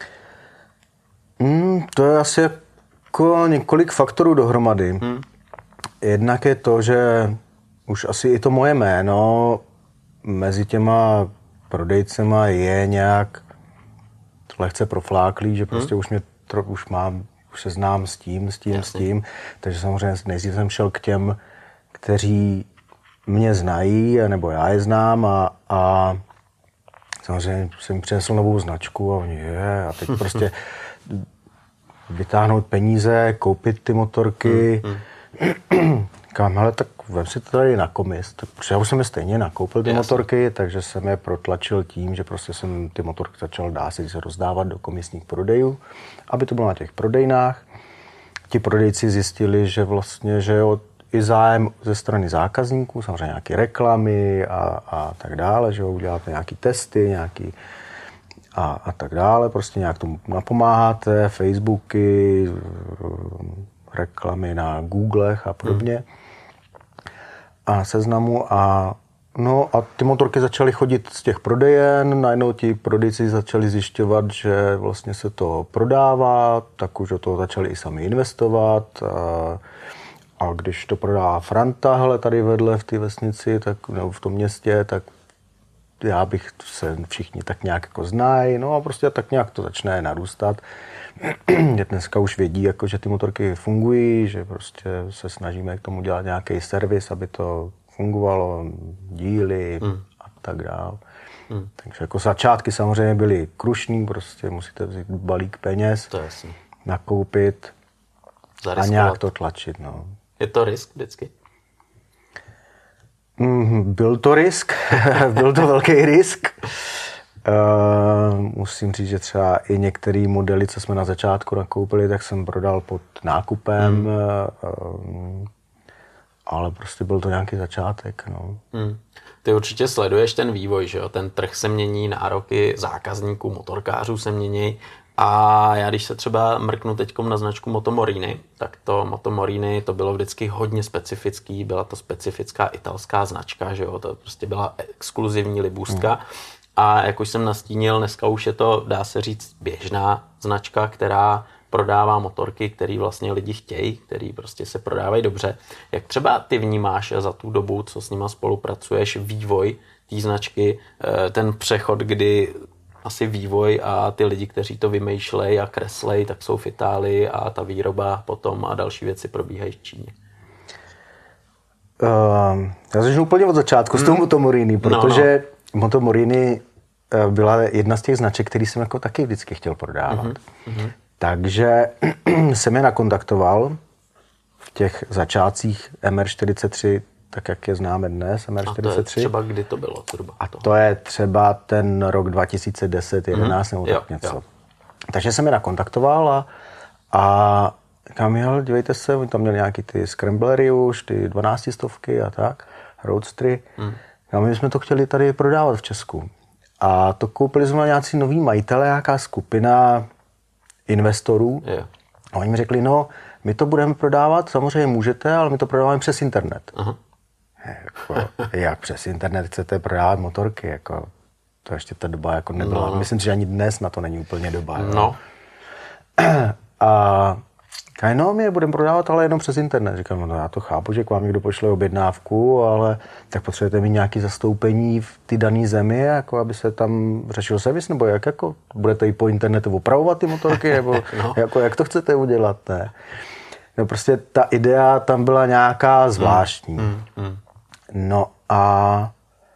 To je asi jako několik faktorů dohromady. Jednak je to, že už asi i to moje jméno mezi těma prodejcema je nějak lehce profláklý, že prostě už se znám s tím, takže samozřejmě nejdřív jsem šel k těm, kteří mě znají, nebo já je znám a samozřejmě jsem přinesl novou značku a oni a teď prostě vytáhnout peníze, koupit ty motorky. Říkám, hele, tak vem si to tady na komis. Protože já už jsem je stejně nakoupil ty motorky, takže jsem je protlačil tím, že prostě jsem ty motorky začal dá se rozdávat do komisních prodejů, aby to bylo na těch prodejnách. Ti prodejci zjistili, že vlastně, že jo, i zájem ze strany zákazníků, samozřejmě nějaké reklamy a tak dále, že jo, uděláte nějaké testy, nějaký a tak dále, prostě nějak tomu napomáháte, Facebooky, reklamy na Googlech a podobně a seznamu a ty motorky začaly chodit z těch prodejen, najednou ti prodejci začali zjišťovat, že vlastně se to prodává, tak už do toho začali i sami investovat a když to prodává Franta, hele, tady vedle v té vesnici, tak, nebo v tom městě, tak já bych se všichni tak nějak jako znají, no a prostě tak nějak to začne narůstat. Dneska už vědí, jako, že ty motorky fungují, že prostě se snažíme k tomu dělat nějaký servis, aby to fungovalo, díly a tak dále. Takže jako začátky samozřejmě byly krušný, prostě musíte vzít balík peněz, nakoupit a nějak to tlačit. No. Je to risk vždycky? Byl to risk, byl to velký risk. Musím říct, že třeba i některé modely, co jsme na začátku nakoupili, tak jsem prodal pod nákupem, ale prostě byl to nějaký začátek. No. Ty určitě sleduješ ten vývoj, že jo? Ten trh se mění, nároky zákazníků, motorkářů se mění. A já když se třeba mrknu teďkom na značku Motomorini, tak to Motomorini to bylo vždycky hodně specifický, byla to specifická italská značka, že jo? To prostě byla exkluzivní libůstka. A jak už jsem nastínil, dneska už je to, dá se říct, běžná značka, která prodává motorky, které vlastně lidi chtějí, které prostě se prodávají dobře. Jak třeba ty vnímáš za tu dobu, co s nima spolupracuješ, vývoj té značky, ten přechod, kdy asi vývoj a ty lidi, kteří to vymýšlejí a kreslejí, tak jsou v Itálii a ta výroba potom a další věci probíhají v Číně? Já začnu úplně od začátku s tou Motomorini, protože Motomorini byla jedna z těch značek, který jsem jako taky vždycky chtěl prodávat. Takže jsem je nakontaktoval v těch začátcích MR43, tak jak je známe dnes, MR43. A to je třeba kdy to bylo? A to je třeba ten rok 2010, 11 nebo tak něco. Jo. Takže jsem je nakontaktoval a říkám, dívejte se, oni tam měli nějaký ty scramblery už, ty 12 stovky a tak, roadstry. A my jsme to chtěli tady prodávat v Česku. A to koupili jsme nějací noví majitele, nějaká skupina investorů. Yeah. A oni mi řekli, no, my to budeme prodávat, samozřejmě můžete, ale my to prodáváme přes internet. Jako, jak přes internet chcete prodávat motorky? Jako, to ještě ta doba jako nebyla. No. Myslím si, že ani dnes na to není úplně doba. No. A no, my je budeme prodávat, ale jenom přes internet. Říkám, no já to chápu, že k vám někdo pošle objednávku, ale tak potřebujete mít nějaké zastoupení v té dané zemi, jako aby se tam řešil servis, nebo jak jako budete i po internetu opravovat ty motorky, nebo jako, jak to chcete udělat, ne? No prostě ta idea tam byla nějaká zvláštní. No a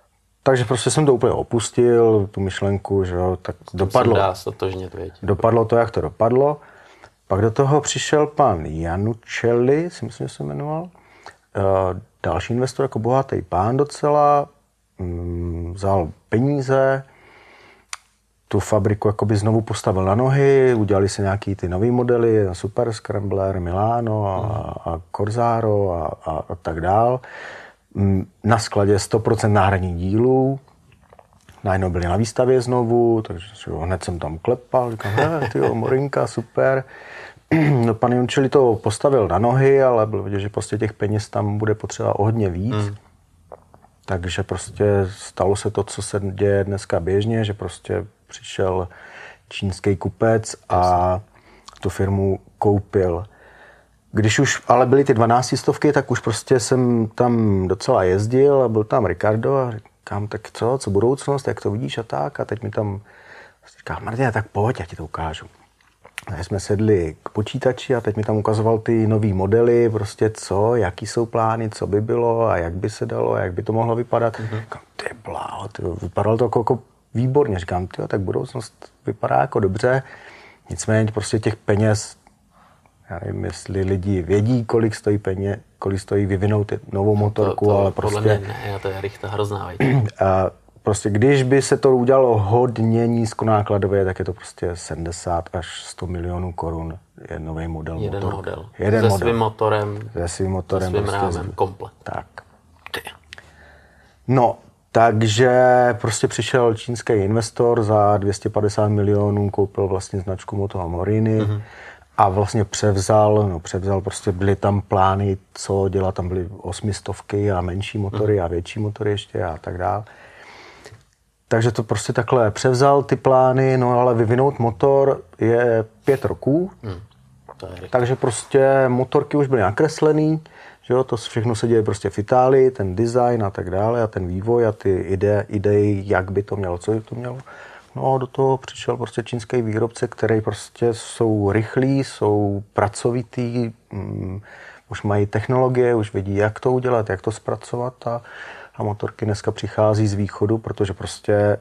takže prostě jsem to úplně opustil, tu myšlenku, že jo, tak dopadlo to, jak to dopadlo. Pak do toho přišel pan Januccelli, si myslím, že se jmenoval, další investor, jako bohatý pán docela, vzal peníze, tu fabriku jakoby znovu postavil na nohy, udělali si nějaký ty nový modely, Super Scrambler, Milano a Corsaro a tak dál. Na skladě 100% náhradních dílů, najednou byli na výstavě znovu, takže hned jsem tam klepal, říkám, tyjo, Morinka, super. No, pan Januccelli to postavil na nohy, ale bylo vidět, že prostě těch peněz tam bude potřeba o hodně víc. Takže prostě stalo se to, co se děje dneska běžně, že prostě přišel čínský kupec a tu firmu koupil. Když už ale byly ty 12 stovky, tak už prostě jsem tam docela jezdil a byl tam Ricardo a říkám, tak co budoucnost, jak to vidíš a tak. A teď mi tam říká, Martina, tak pojď, já ti to ukážu. A jsme sedli k počítači a teď mi tam ukazoval ty nový modely, prostě jaký jsou plány, co by bylo a jak by se dalo, jak by to mohlo vypadat. Říkám, vypadalo to jako výborně. Říkám, tak budoucnost vypadá jako dobře. Nicméně prostě těch peněz, já nevím, jestli lidi vědí, kolik stojí vyvinout novou motorku, ale prostě... Podle mě ne, to je rychta hrozná. Prostě když by se to udělalo hodně nízkonákladově, tak je to prostě 70 až 100 milionů korun. Je nový model. Jeden model. Se svým motorem. Se svým motorem. Se svým rámem, komplet. Tak. No, takže prostě přišel čínský investor za 250 milionů, koupil vlastně značku Moto Morini a vlastně převzal, prostě byly tam plány, co dělat, tam byly 800 a menší motory a větší motory ještě a tak dále. Takže to prostě takhle převzal ty plány, no ale vyvinout motor je 5 roků, takže prostě motorky už byly nakreslený, že jo, to všechno se děje prostě v Itálii, ten design a tak dále a ten vývoj a ty idei, jak by to mělo, co by to mělo. No a do toho přišel prostě čínský výrobce, který prostě jsou rychlí, jsou pracovitý, už mají technologie, už vědí, jak to udělat, jak to zpracovat a motorky dneska přichází z východu, protože prostě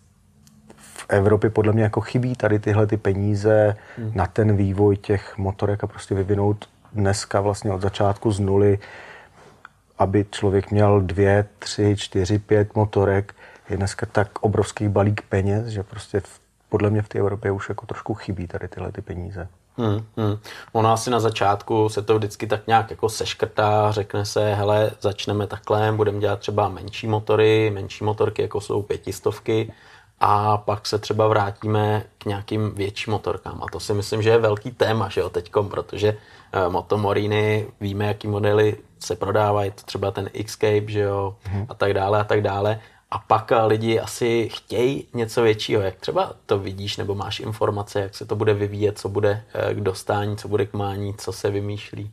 v Evropě podle mě jako chybí tady tyhle ty peníze na ten vývoj těch motorek a prostě vyvinout dneska vlastně od začátku z nuly, aby člověk měl 2, 3, 4, 5 motorek, je dneska tak obrovský balík peněz, že prostě podle mě v té Evropě už jako trošku chybí tady tyhle ty peníze. Ono asi na začátku se to vždycky tak nějak jako seškrtá, řekne se, hele, začneme takhle, budeme dělat třeba menší motorky, jako jsou 500, a pak se třeba vrátíme k nějakým větším motorkám. A to si myslím, že je velký téma, že jo, teďkom, protože Moto Morini, víme, jaký modely se prodávají, to třeba ten Escape, že jo, a tak dále, a tak dále. A pak lidi asi chtějí něco většího. Jak třeba to vidíš, nebo máš informace, jak se to bude vyvíjet, co bude k dostání, co bude k mání, co se vymýšlí?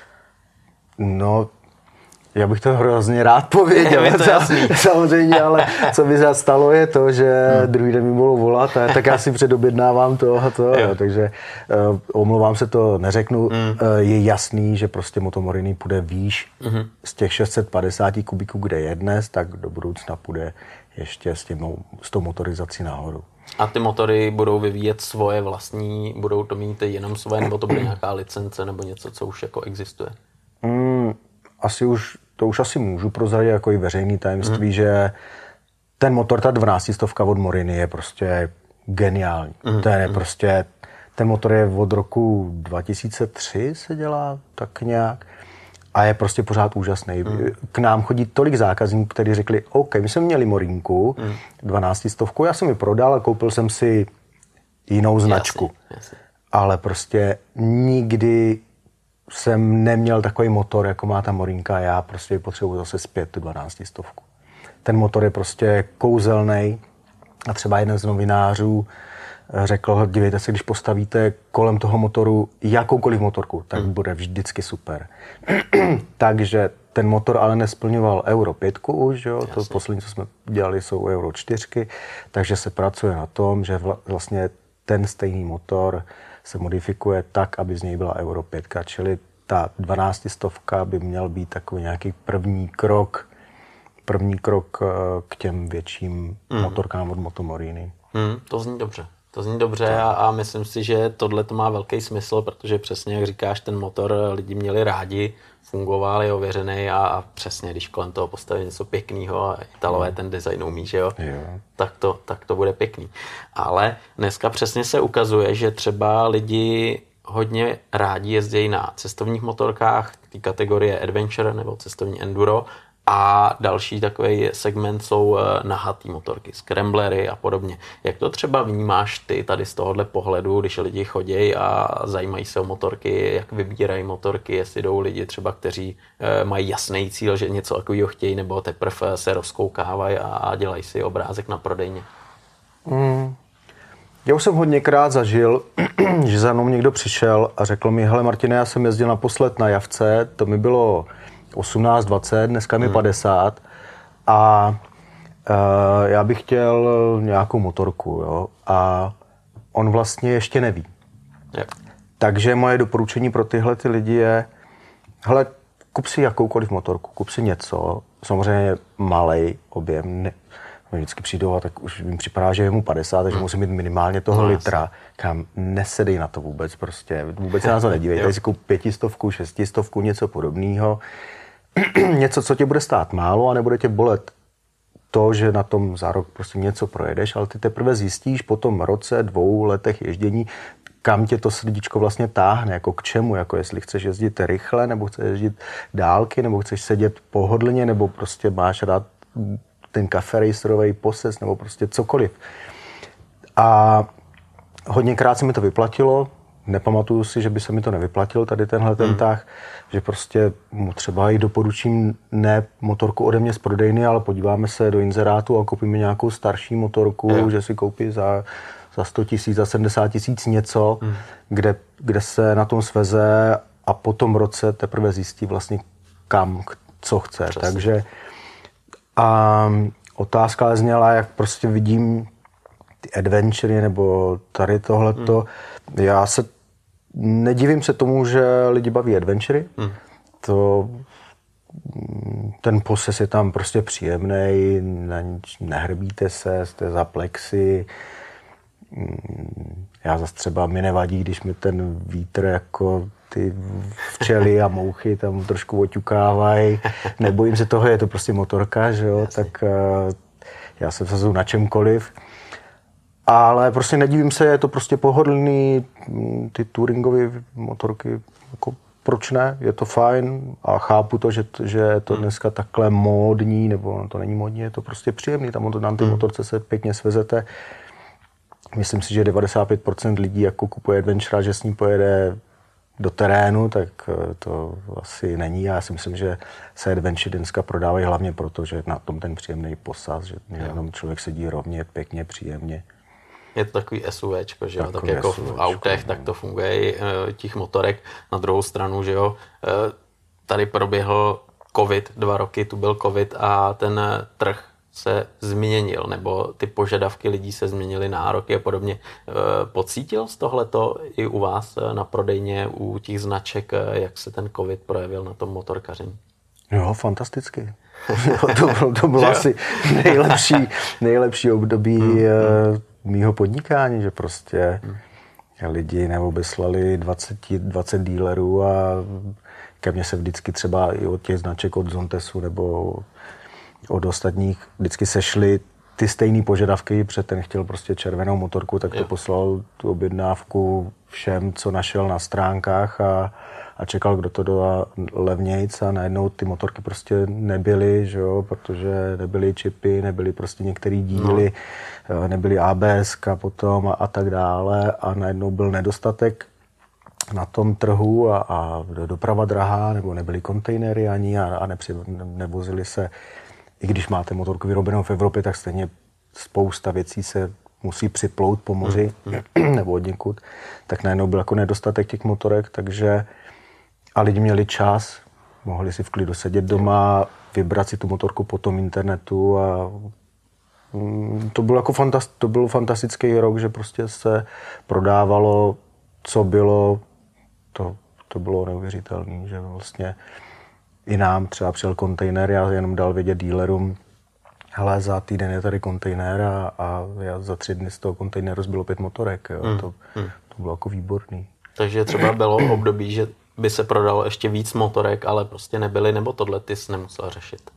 No, já bych to hrozně rád pověděl. Je to jasný. Samozřejmě, ale co by se stalo je to, že druhý den mi budou volat, tak já si předobjednávám to a to. Takže omlouvám se, to neřeknu. Je jasný, že prostě Moto Morini půjde výš z těch 650 kubíků, kde je dnes, tak do budoucna půjde ještě s tou motorizací nahoru. A ty motory budou vyvíjet svoje vlastní, budou to mít jenom svoje, nebo to bude nějaká licence, nebo něco, co už jako existuje? To už asi můžu prozradit jako i veřejný tajemství, že ten motor, ta 1200 od Morini je prostě geniální. Ten motor je od roku 2003 se dělá tak nějak a je prostě pořád úžasný. K nám chodí tolik zákazníků, kteří řekli, OK, my jsme měli Morinku 1200, já jsem ji prodal a koupil jsem si jinou značku. Jasně. Ale prostě nikdy jsem neměl takový motor, jako má ta Morinka, já prostě potřebuji zase zpět tu 1200. Ten motor je prostě kouzelnej a třeba jeden z novinářů řekl, dívejte se, když postavíte kolem toho motoru jakoukoliv motorku, tak bude vždycky super. Takže ten motor ale nesplňoval Euro 5 už, jo? To poslední, co jsme dělali, jsou Euro 4, takže se pracuje na tom, že vlastně ten stejný motor se modifikuje tak, aby z něj byla Euro 5, čili ta 1200 by měl být takový nějaký první krok první krok k těm větším motorkám od Motomorini. To zní dobře. To zní dobře a myslím si, že tohle to má velký smysl, protože přesně jak říkáš, ten motor lidi měli rádi, fungoval, je ověřený a přesně, když kolem toho postaví něco pěkného a Italové ten design umí, že jo? Tak to bude pěkný. Ale dneska přesně se ukazuje, že třeba lidi hodně rádi jezdí na cestovních motorkách té kategorie Adventure nebo cestovní enduro a další takový segment jsou nahatý motorky, scramblery a podobně. Jak to třeba vnímáš ty tady z tohohle pohledu, když lidi chodí a zajímají se o motorky, jak vybírají motorky, jestli jdou lidi třeba, kteří mají jasný cíl, že něco takového chtějí, nebo teprve se rozkoukávají a dělají si obrázek na prodejně? Já už jsem hodněkrát zažil, že za mnou někdo přišel a řekl mi, hele Martine, já jsem jezdil naposled na Javce, to mi bylo 18, 20, dneska mi 50 a já bych chtěl nějakou motorku, jo, a on vlastně ještě neví. Takže moje doporučení pro tyhle ty lidi je, hele, kup si jakoukoliv motorku, kup si něco, samozřejmě malej objem, vždycky přijdou a tak už jim připadá, že je mu 50, takže musí mít minimálně toho litra. Kam nesedej na to vůbec prostě, vůbec se na to nedívej, tady si kup 500, 600, něco podobného. Něco, co tě bude stát málo a nebude tě bolet to, že na tom za rok prostě něco projedeš, ale ty teprve zjistíš po tom roce, 2 letech ježdění, kam tě to srdíčko vlastně táhne, jako k čemu, jako jestli chceš jezdit rychle, nebo chceš jezdit dálky, nebo chceš sedět pohodlně, nebo prostě máš rád ten kafe racerový posed, nebo prostě cokoliv. A hodněkrát se mi to vyplatilo, nepamatuju si, že by se mi to nevyplatilo, tady tenhle ten tah, že prostě mu třeba i doporučím ne motorku ode mě z prodejny, ale podíváme se do inzerátu a koupíme nějakou starší motorku, že si koupí za 100 000, za 70 000 něco, kde se na tom sveze a po tom roce teprve zjistí vlastně kam, co chce. Přesně. Takže otázka zněla, jak prostě vidím ty adventury nebo tady tohleto. Já se nedivím se tomu, že lidi baví adventury. Ten poses je tam prostě příjemnej, nehrbíte se, jste za plexy. Já zase třeba mi nevadí, když mi ten vítr jako ty včely a mouchy tam trošku oťukávají. Nebojím se toho, je to prostě motorka, že jo, tak já se vsazuju na čemkoliv. Ale prostě nedivím se, je to prostě pohodlný, ty touringové motorky, jako proč ne, je to fajn a chápu to, že je to dneska takhle módní, nebo to není módní, je to prostě příjemný, tam na ty motorce se pěkně svezete. Myslím si, že 95% lidí jako kupuje adventure, že s ní pojede do terénu, tak to asi není. Já si myslím, že se adventure dneska prodávají hlavně proto, že na tom ten příjemný posaz, že jenom člověk sedí rovně, pěkně, příjemně. Je to takový SUVčko, že jo, tak jako v autech, tak to funguje i těch motorek. Na druhou stranu, že jo, tady proběhl covid, 2 roky tu byl covid a ten trh se změnil, nebo ty požadavky lidí se změnily, nároky a podobně. Pocítil z tohleto i u vás na prodejně, u těch značek, jak se ten covid projevil na tom motorkaření? Jo, fantasticky. To bylo asi nejlepší období mýho podnikání, že prostě lidi neobeslali 20 dílerů a ke mně se vždycky třeba i od těch značek, od Zontesu nebo od ostatních vždycky sešly ty stejné požadavky, protože ten chtěl prostě červenou motorku, tak to poslal tu objednávku všem, co našel na stránkách a čekal, kdo to dá levnějc a najednou ty motorky prostě nebyly, že jo, protože nebyly čipy, nebyly prostě některé díly, nebyly ABS potom a tak dále a najednou byl nedostatek na tom trhu a doprava drahá, nebo nebyly kontejnery ani a nevozily se. I když máte motorku vyrobenou v Evropě, tak stejně spousta věcí se musí připlout po moři nebo od někud. Tak najednou byl jako nedostatek těch motorek, takže a lidi měli čas, mohli si v klidu sedět doma, vybrat si tu motorku po tom internetu a to byl jako fantastický rok, že prostě se prodávalo, co bylo, to bylo neuvěřitelné, že vlastně i nám třeba přijel kontejner, já jenom dal vědět dealerům, hele, za týden je tady kontejner a já za 3 dny z toho kontejneru zbylo 5 motorek. Jo. To bylo jako výborný. Takže třeba bylo období, že by se prodalo ještě víc motorek, ale prostě nebyly, nebo tohle ty jsi nemusel řešit?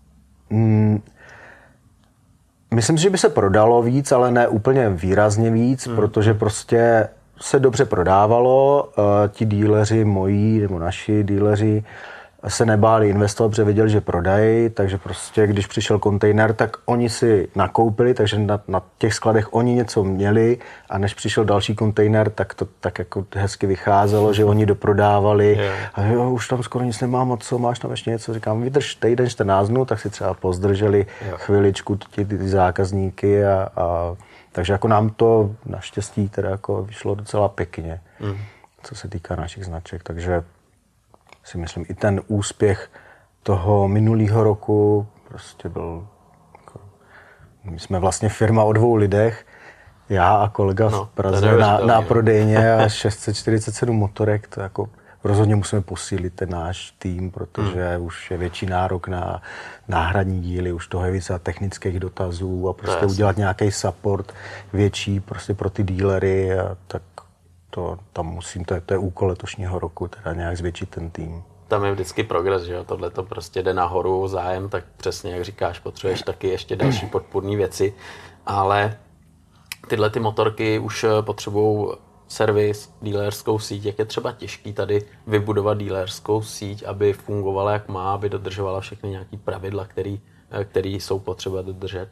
Myslím si, že by se prodalo víc, ale ne úplně výrazně víc, protože prostě se dobře prodávalo. Ti díleři moji nebo naši díleři se nebáli investovat, protože věděli, že prodají, takže prostě když přišel kontejner, tak oni si nakoupili, takže na těch skladech oni něco měli a než přišel další kontejner, tak to tak jako hezky vycházelo, že oni doprodávali a jo, už tam skoro nic nemám, a co, máš tam ještě něco? Říkám, vydrž týden 14 dnů, tak si třeba pozdrželi chviličku ty zákazníky a takže jako nám to naštěstí teda jako vyšlo docela pěkně, co se týká našich značek, takže si myslím, i ten úspěch toho minulého roku prostě byl, jako, my jsme vlastně firma o 2 lidech, já a kolega v Praze na prodejně a 647 motorek, to jako rozhodně musíme posílit ten náš tým, protože už je větší nárok na náhradní díly, už toho je více technických dotazů a prostě udělat nějaký support větší prostě pro ty dílery, a tak to tam musím, to je úkol letošního roku, teda nějak zvětšit ten tým. Tam je vždycky progres, že jo, tohle to prostě jde nahoru, zájem, tak přesně jak říkáš, potřebuješ taky ještě další podpůrné věci, ale tyhle ty motorky už potřebují servis, dealerskou síť, jak je třeba těžký tady vybudovat dealerskou síť, aby fungovala jak má, aby dodržovala všechny nějaký pravidla, které jsou potřeba dodržet.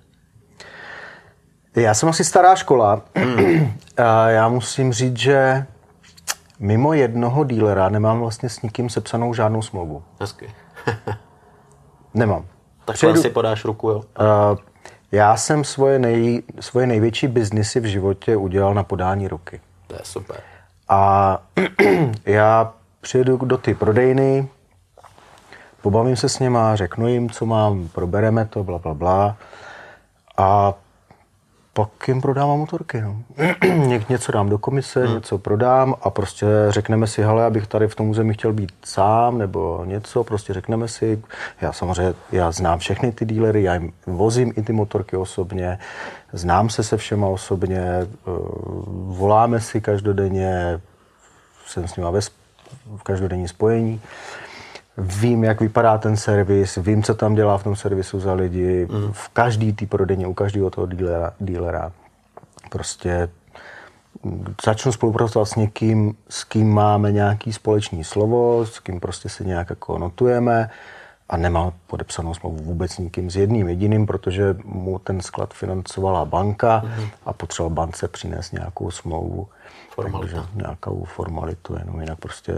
Já jsem asi stará škola. Já musím říct, že mimo jednoho dílera nemám vlastně s nikým sepsanou žádnou smlouvu. Hezky. Nemám. Takhle si podáš ruku, jo? Já jsem svoje největší biznisy v životě udělal na podání ruky. To je super. A já přijedu do ty prodejny, pobavím se s nima, řeknu jim, co mám, probereme to, blablabla. A pak jim prodávám motorky. No. Něco dám do komise, něco prodám a prostě řekneme si, hele, abych tady v tom území chtěl být sám nebo něco, prostě řekneme si. Já samozřejmě, znám všechny ty dílery, já jim vozím i ty motorky osobně, znám se všema osobně, voláme si každodenně, jsem s nima v každodenní spojení. Vím, jak vypadá ten servis, vím, co tam dělá v tom servisu za lidi, v každý té prodejně, u každého toho dílera. Prostě začnu spolupracovat s někým, s kým máme nějaký společný slovo, s kým prostě si nějak jako notujeme a nemám podepsanou smlouvu vůbec nikým, s jedním jediným, protože mu ten sklad financovala banka a potřeboval bance přinést nějakou smlouvu. Takže nějakou formalitu, jenom jinak prostě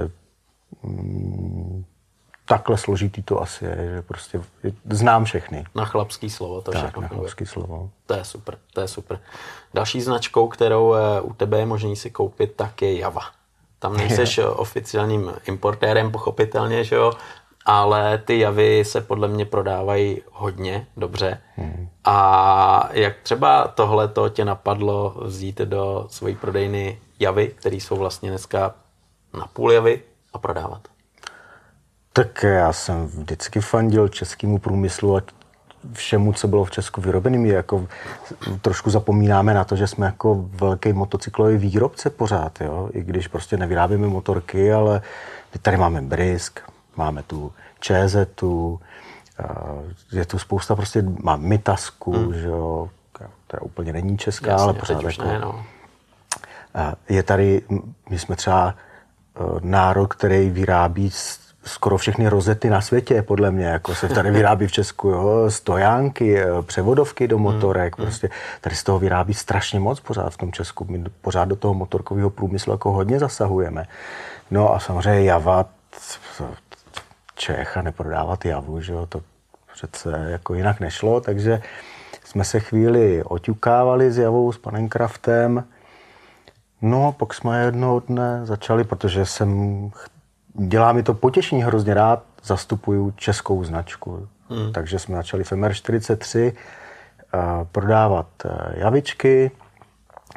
takhle složitý to asi je, že prostě znám všechny. Na chlapský slovo to všechno. Na chlapský slovo. To je super, to je super. Další značkou, kterou u tebe je možný si koupit, tak je Java. Tam nejseš oficiálním importérem, pochopitelně, že jo, ale ty Javy se podle mě prodávají hodně dobře. A jak třeba tohleto tě napadlo vzít do svojí prodejny Javy, které jsou vlastně dneska na půl Javy, a prodávat? Tak já jsem vždycky fandil českému průmyslu a všemu, co bylo v Česku vyrobeným. Jako trošku zapomínáme na to, že jsme jako velký motocyklový výrobce pořád, jo? I když prostě nevyrábíme motorky, ale tady máme Brisk, máme tu ČZ, je tu spousta prostě, mám Mitasku, že jo, která úplně není česká, jasně, ale pořád už jako... Ne, no. Je tady, my jsme třeba národ, který vyrábí skoro všechny rozety na světě, podle mě, jako se tady vyrábí v Česku, jo, stojánky, převodovky do motorek, prostě tady z toho vyrábí strašně moc pořád v tom Česku, my pořád do toho motorkového průmyslu jako hodně zasahujeme. No a samozřejmě Java, Čech a neprodávat Javu, že jo, to přece jako jinak nešlo, takže jsme se chvíli oťukávali s Javou, s panem Kraftem. No a pak jsme jednoho dne začali, protože dělá mi to potěšení, hrozně rád zastupuju českou značku. Takže jsme začali v MR43 prodávat Javičky,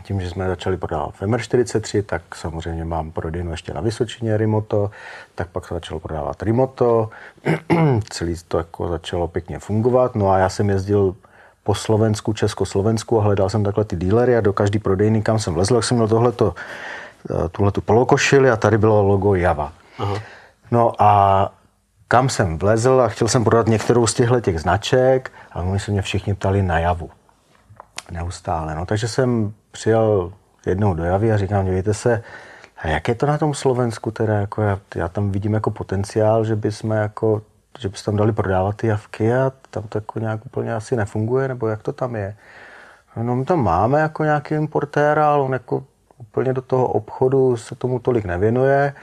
tím, že jsme začali prodávat MR43, tak samozřejmě mám prodejnu ještě na Vysočině Rimoto, tak pak se začalo prodávat Rimoto, celý to jako začalo pěkně fungovat, no a já jsem jezdil po Slovensku, Československu a hledal jsem takhle ty dealery a do každý prodejny, kam jsem vlezl, tak jsem měl tuhletu polokošili a tady bylo logo Java. Aha. No a kam jsem vlezl a chtěl jsem prodat některou z těch značek, ale oni se mě všichni ptali na Javu. Neustále. No, takže jsem přijel jednou do Javy a říkám, dívejte se, jak je to na tom Slovensku teda, jako já tam vidím jako potenciál, že byste tam dali prodávat ty javky a tam to jako nějak úplně asi nefunguje, nebo jak to tam je. No my tam máme jako nějaký importéra, ale on jako úplně do toho obchodu se tomu tolik nevěnuje.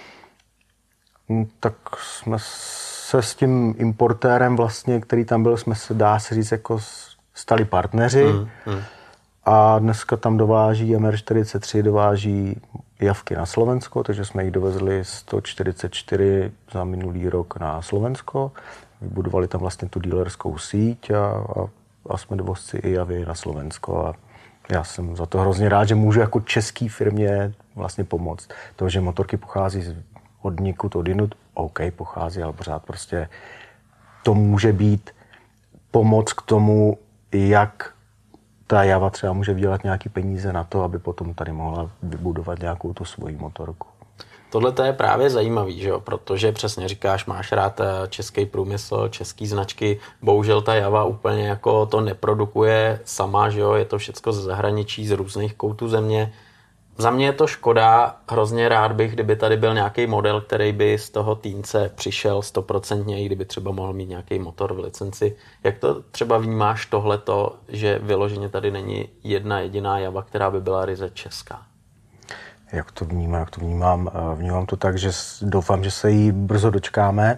Tak jsme se s tím importérem vlastně, který tam byl, jsme se, dá se říct, jako stali partneři. A dneska tam dováží MR43, dováží javky na Slovensko, takže jsme jich dovezli 144 za minulý rok na Slovensko. Vybudovali tam vlastně tu dealerskou síť a jsme dovozci i javy na Slovensko. A já jsem za to hrozně rád, že můžu jako český firmě vlastně pomoct. To, že motorky pochází od nikud, od jinut, OK, pochází, ale pořád prostě to může být pomoc k tomu, jak ta Java třeba může vydělat nějaký peníze na to, aby potom tady mohla vybudovat nějakou tu svoji motorku. Tohle to je právě zajímavý, že jo? Protože přesně říkáš, máš rád český průmysl, český značky, bohužel ta Java úplně jako to neprodukuje sama, že jo? Je to všecko ze zahraničí, z různých koutů země. Za mě je to škoda, hrozně rád bych, kdyby tady byl nějaký model, který by z toho týnce přišel 100%, i kdyby třeba mohl mít nějaký motor v licenci. Jak to třeba vnímáš tohleto, že vyloženě tady není jedna jediná Java, která by byla ryze česká? Jak to vnímám? Vnímám to tak, že doufám, že se jí brzo dočkáme.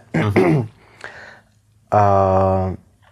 A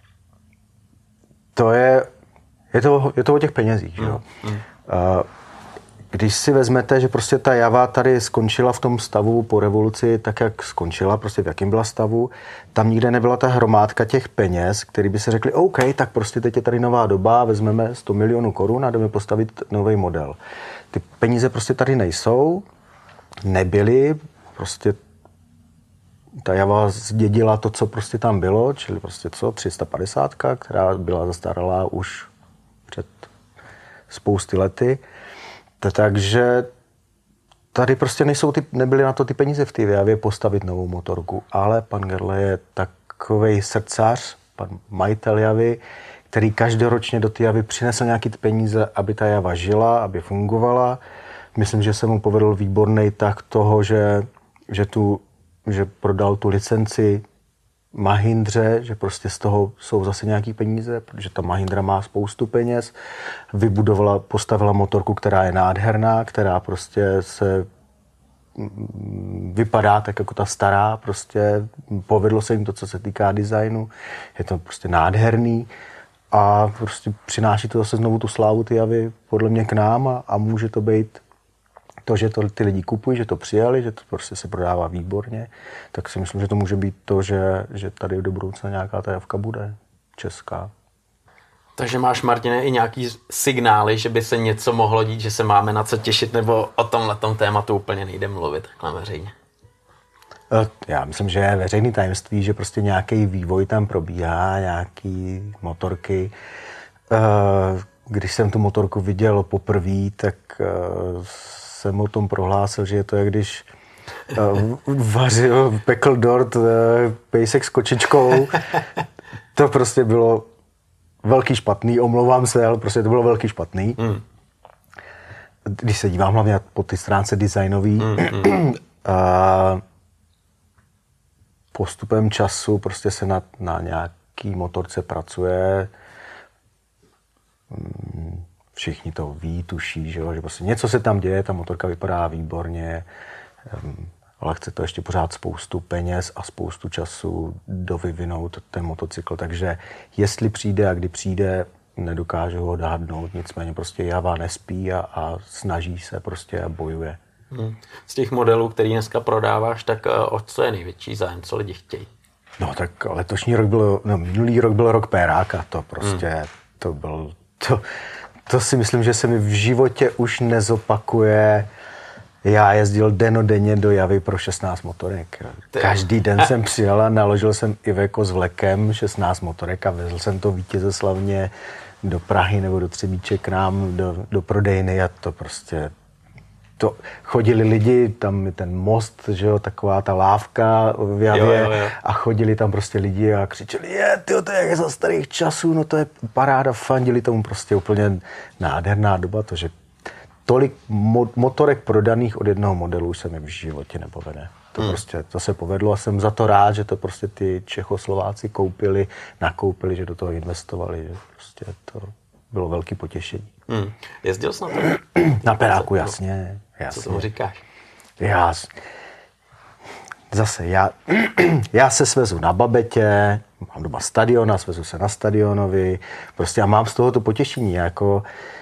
je to o těch penězích, že jo? Když si vezmete, že prostě ta Java tady skončila v tom stavu po revoluci tak, jak skončila, prostě v jakém byla stavu, tam nikde nebyla ta hromádka těch peněz, který by se řekli, OK, tak prostě teď je tady nová doba, vezmeme 100 milionů korun a jdeme postavit nový model. Ty peníze prostě tady nejsou, nebyly, prostě ta Java zdědila to, co prostě tam bylo, čili prostě 350, která byla zastaralá už před spousty lety. Takže tady prostě nebyly na to ty peníze v té Javě postavit novou motorku, ale pan Gerle je takovej srdcař, pan majitel Javy, který každoročně do té Javy přinesl nějaký ty peníze, aby ta Java žila, aby fungovala. Myslím, že se mu povedl výborný tak toho, že prodal tu licenci Mahindře, že prostě z toho jsou zase nějaký peníze, protože ta Mahindra má spoustu peněz, postavila motorku, která je nádherná, která prostě vypadá tak jako ta stará, prostě povedlo se jim to, co se týká designu, je to prostě nádherný a prostě přináší to zase znovu tu slávu ty Javy podle mě k nám a může to být to, že to ty lidi kupují, že to přijali, že to prostě se prodává výborně, tak si myslím, že to může být to, že tady do budoucna nějaká ta Javka bude česká. Takže máš, Martine, i nějaký signály, že by se něco mohlo dít, že se máme na co těšit, nebo o tomhletom tématu úplně nejde mluvit takhle veřejně? Já myslím, že je veřejný tajemství, že prostě nějaký vývoj tam probíhá, nějaký motorky. Když jsem tu motorku viděl poprvé, tak jsem o tom prohlásil, že je to, jak když pekl dort pejsek s kočičkou. To prostě bylo velký špatný, omlouvám se, ale prostě to bylo velký špatný. Když se dívám hlavně po ty stránce designový, postupem času prostě se na nějaký motorce pracuje. Všichni to ví, tuší, že prostě něco se tam děje, ta motorka vypadá výborně, ale chce to ještě pořád spoustu peněz a spoustu času dovyvinout ten motocykl, takže jestli přijde a kdy přijde, nedokážu ho odhadnout, nicméně prostě Java nespí a snaží se prostě a bojuje. Z těch modelů, který dneska prodáváš, tak o co je největší zájem, co lidi chtějí? No tak minulý rok byl rok Péráka, to prostě, to si myslím, že se mi v životě už nezopakuje. Já jezdil dennodenně do Javy pro 16 motorek. Každý den jsem přijel a naložil jsem Iveco s vlekem 16 motorek a vezl jsem to vítězoslavně do Prahy nebo do Třebíče k nám, do prodejny a to prostě... To chodili lidi, tam je ten most, že jo, taková ta lávka v Javě jo. A chodili tam prostě lidi a křičeli, to je jak za starých časů, no to je paráda, fandili tomu prostě úplně nádherná doba, to, že tolik motorek prodaných od jednoho modelu už se mi v životě nepovede. To prostě, to se povedlo a jsem za to rád, že to prostě ty Čechoslováci nakoupili, že do toho investovali, že prostě to bylo velký potěšení. Jezdil jsi na to? Na Peráku, jasně. Co tomu říkáš? Já se svezu na Babetě, mám doma stadion a svezu se na Stadionovi, prostě a mám z toho to potěšení, jako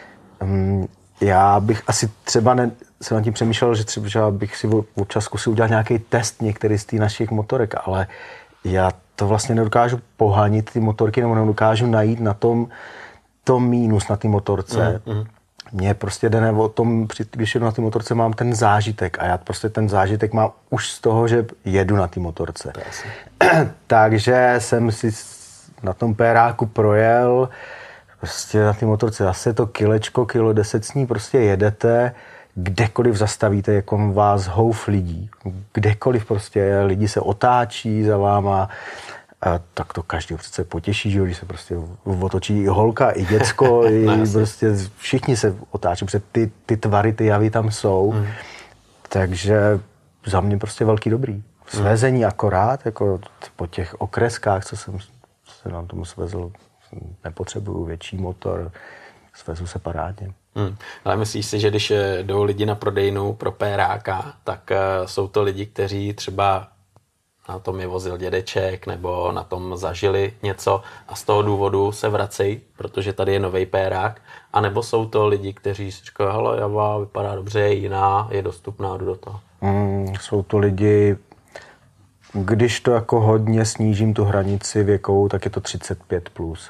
já bych asi třeba se nad tím přemýšlel, že třeba bych si občas zkusil udělat nějaký test některý z těch našich motorek, ale já to vlastně nedokážu pohanit ty motorky, nebo nedokážu najít na tom mínus na té motorce. Mně prostě jde o tom, když jedu na té motorce, mám ten zážitek a já prostě ten zážitek mám už z toho, že jedu na té motorce. Takže jsem si na tom péráku projel, prostě na té motorce zase to kilo 10 s ní prostě jedete, kdekoliv zastavíte, jako vás houf lidí, kdekoliv prostě lidi se otáčí za váma, a tak to každý přece potěší, že když se prostě otočí i holka, i děcko, i prostě všichni se otáčí, protože ty tvary, ty javy tam jsou. Takže za mě prostě velký dobrý. Svezení akorát, jako po těch okreskách, co jsem se na tomu svezl, nepotřebuju větší motor, svezu se parádně. Ale myslíš si, že když jdou lidi na prodejnu pro péráka, tak jsou to lidi, kteří třeba na tom je vozil dědeček, nebo na tom zažili něco a z toho důvodu se vracejí, protože tady je novej pérák, a nebo jsou to lidi, kteří si říkají, hele, Java vypadá dobře, je jiná, je dostupná, jdu do toho. Jsou to lidi, když to jako hodně snížím tu hranici věkovou, tak je to 35+.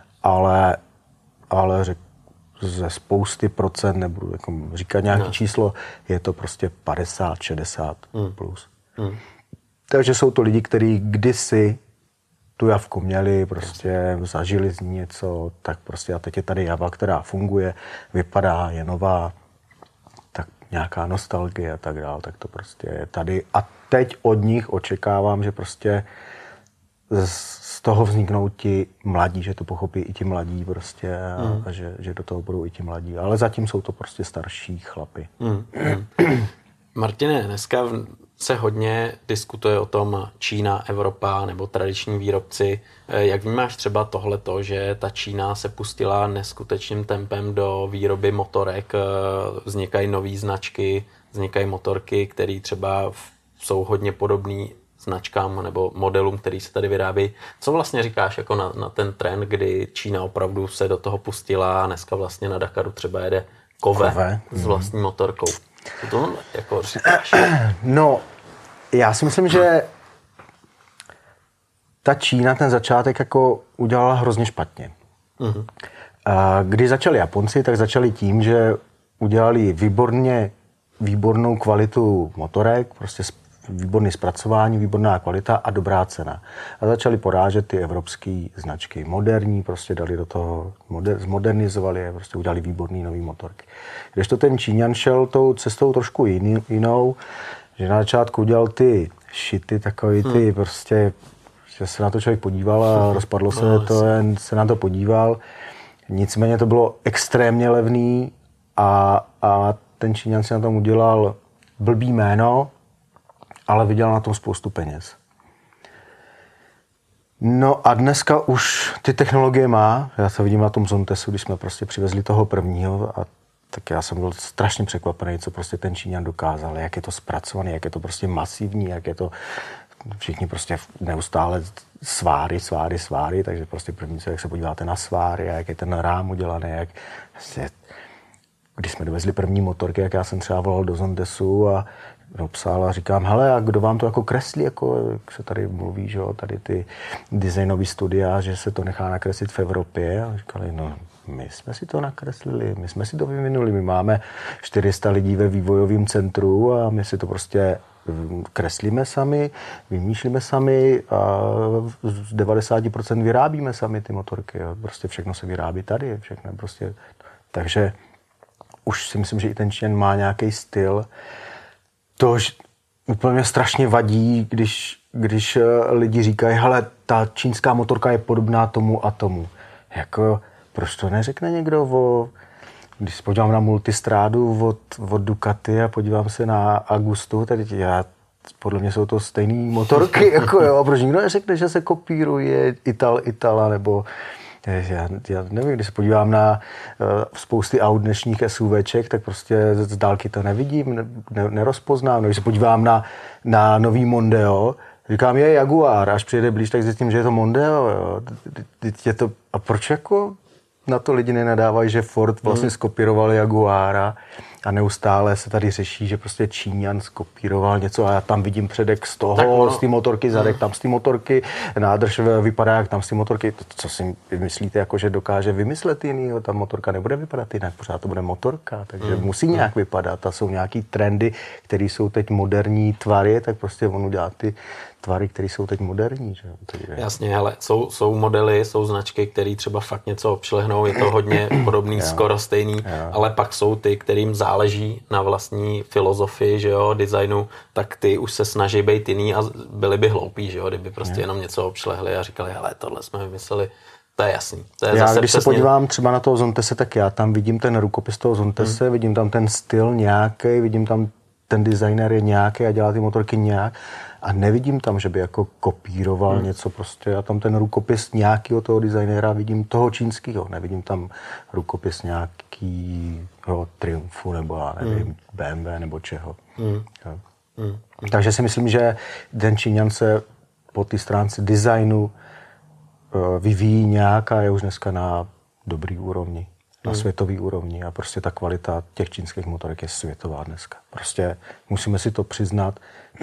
Ale ze spousty procent, nebudu jako říkat nějaké číslo, je to prostě 50-60+. Takže jsou to lidi, kteří kdysi tu javku měli, prostě zažili z ní něco, tak prostě a teď je tady java, která funguje, vypadá, je nová, tak nějaká nostalgie a tak dál, tak to prostě je tady. A teď od nich očekávám, že prostě z toho vzniknou ti mladí, že to pochopí i ti mladí prostě a že do toho budou i ti mladí. Ale zatím jsou to prostě starší chlapy. Martine, dneska se hodně diskutuje o tom Čína, Evropa nebo tradiční výrobci. Jak vnímáš třeba tohleto, že ta Čína se pustila neskutečným tempem do výroby motorek, vznikají nové značky, vznikají motorky, které třeba jsou hodně podobné značkám nebo modelům, který se tady vyrábí. Co vlastně říkáš jako na ten trend, kdy Čína opravdu se do toho pustila a dneska vlastně na Dakaru třeba jede Kove s vlastní motorkou? Co to jako říkáš? No, já si myslím, že ta Čína ten začátek jako udělala hrozně špatně. Když začali Japonci, tak začali tím, že udělali výbornou kvalitu motorek, prostě výborné zpracování, výborná kvalita a dobrá cena. A začali porážet ty evropské značky. Moderní, prostě dali do toho, zmodernizovali je, prostě udělali výborný nový motorky. Když to ten Číňan šel tou cestou trošku jinou, že na začátku udělal ty šity, takový ty prostě, že se na to člověk podíval a rozpadlo se to, jen se na to podíval. Nicméně to bylo extrémně levný a ten Číňan si na tom udělal blbý jméno, ale vydělal na tom spoustu peněz. No a dneska už ty technologie má. Já to vidím na tom Zontesu, když jsme prostě přivezli toho prvního, a tak já jsem byl strašně překvapený, co prostě ten Číňan dokázal, jak je to zpracované, jak je to prostě masivní, jak je to všichni prostě neustále sváry, takže prostě první, jak se podíváte na sváry, jak je ten rám udělaný, jak prostě, když jsme dovezli první motorky, jak já jsem třeba volal do Zontesu a psal a říkám, hele, a kdo vám to jako kreslí, jako jak se tady mluví, že jo, tady ty designové studia, že se to nechá nakreslit v Evropě. A říkali, no, My jsme si to nakreslili, my jsme si to vyvinuli, my máme 400 lidí ve vývojovém centru a my si to prostě kreslíme sami, vymýšlíme sami a z 90% vyrábíme sami ty motorky. Jo. Prostě všechno se vyrábí tady, všechno prostě. Takže už si myslím, že i ten Číňan má nějaký styl. To úplně strašně vadí, když lidi říkají, hele, ta čínská motorka je podobná tomu a tomu. Jako, proč to neřekne někdo když se podívám na Multistrádu od Ducati a podívám se na Agustu, tady podle mě jsou to stejné motorky, jako jo, a proč nikdo neřekne, že se kopíruje Itala, nebo já nevím, když se podívám na spousty aut dnešních SUVček, tak prostě z dálky to nevidím, nerozpoznám. Když se podívám na nový Mondeo, říkám, je Jaguar, až přijede blíž, tak zjistím, že je to Mondeo. Jo. A proč jako na to lidi nenadávají, že Ford vlastně skopíroval Jaguara a neustále se tady řeší, že prostě Číňan skopíroval něco a já tam vidím předek z toho, z té motorky, zadek tam z té motorky, nádrž vypadá jak tam z té motorky. Co si myslíte, jako, že dokáže vymyslet jinýho? Ta motorka nebude vypadat jinak, pořád to bude motorka, takže musí nějak vypadat a jsou nějaký trendy, které jsou teď moderní tvary, tak prostě on udělá ty tvary, které jsou teď moderní. Že? Takže... Jasně, hele, jsou modely, jsou značky, které třeba fakt něco obšlehnou, je to hodně podobný, skoro stejný, ale pak jsou ty, kterým záleží na vlastní filozofii, že jo, designu, tak ty už se snaží být jiný a byli by hloupí, že jo, kdyby prostě jenom něco obšlehli a říkali, hele, tohle jsme vymysleli. To je jasný. To je já když se podívám třeba na toho Zontese, tak já tam vidím ten rukopis toho Zontese, vidím tam ten styl nějaký, vidím tam ten designer je nějaký a dělá ty motorky nějak a nevidím tam, že by jako kopíroval něco prostě. Já tam ten rukopis nějakého toho designéra vidím toho čínského, nevidím tam rukopis nějakého Triumfu nebo já nevím, BMW nebo čeho. Takže si myslím, že ten Číňan se po té stránce designu vyvíjí nějak a je už dneska na dobrý úrovni, na světový úrovni a prostě ta kvalita těch čínských motorek je světová dneska. Prostě musíme si to přiznat.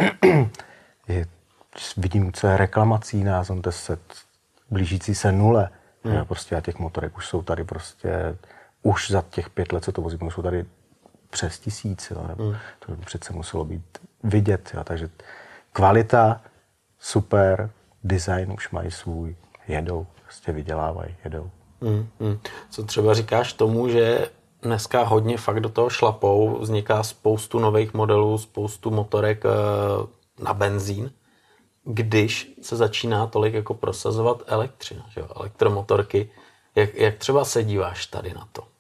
Vidím, co je reklamací na Zontese, blížící se nule. Prostě a těch motorek už jsou tady prostě, už za těch 5 let, co to vozím, jsou tady přes 1000. To přece muselo být vidět. Jo. Takže kvalita, super, design už mají svůj, jedou, prostě vydělávají, jedou. Co třeba říkáš tomu, že dneska hodně fakt do toho šlapou, vzniká spoustu nových modelů, spoustu motorek na benzín, když se začíná tolik jako prosazovat elektřina, že jo? Elektromotorky. Jak třeba se díváš tady na to?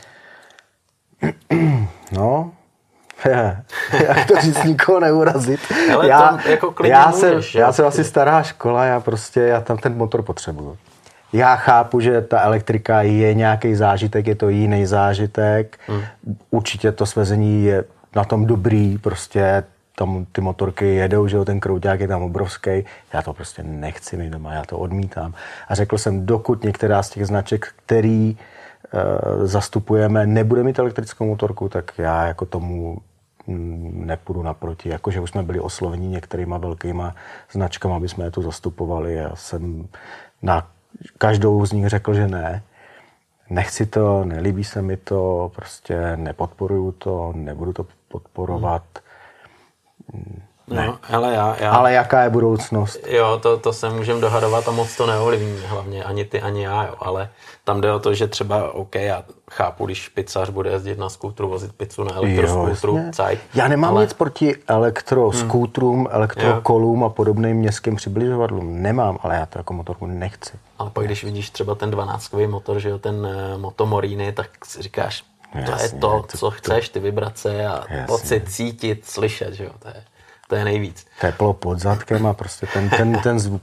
No, jak to říct, nikoho neurazit. Ale jako já jsem asi stará škola, já tam ten motor potřebuju. Já chápu, že ta elektrika je nějaký zážitek, je to jiný zážitek. Určitě to svezení je na tom dobrý, prostě tam ty motorky jedou, že jo, ten krouťák je tam obrovský. Já to prostě nechci mít doma, já to odmítám. A řekl jsem, dokud některá z těch značek, který zastupujeme, nebude mít elektrickou motorku, tak já jako tomu nepůjdu naproti. Jakože už jsme byli osloveni některýma velkýma značkama, aby jsme je tu zastupovali. Já jsem na každou z nich řekl, že ne. Nechci to, nelíbí se mi to, prostě nepodporuju to, nebudu to podporovat. Ne. No, ale jaká je budoucnost? Jo, to se můžeme dohadovat a moc to neovlivní, hlavně ani ty, ani já, jo. Ale tam jde o to, že třeba, já chápu, když pizzař bude jezdit na skútru, vozit pizzu na elektroskútru, já nemám nic proti elektroskútrům, elektrokolům a podobným městským přibližovadlům. Nemám, ale já to jako motorku nechci. Ale pak, když vidíš třeba ten 12kový motor, že jo, ten Moto Morini, tak si říkáš, to je to, co chceš, ty vibrace a pocit, cítit, slyšet, že jo, to je nejvíc. Teplo pod zadkem a prostě ten zvuk.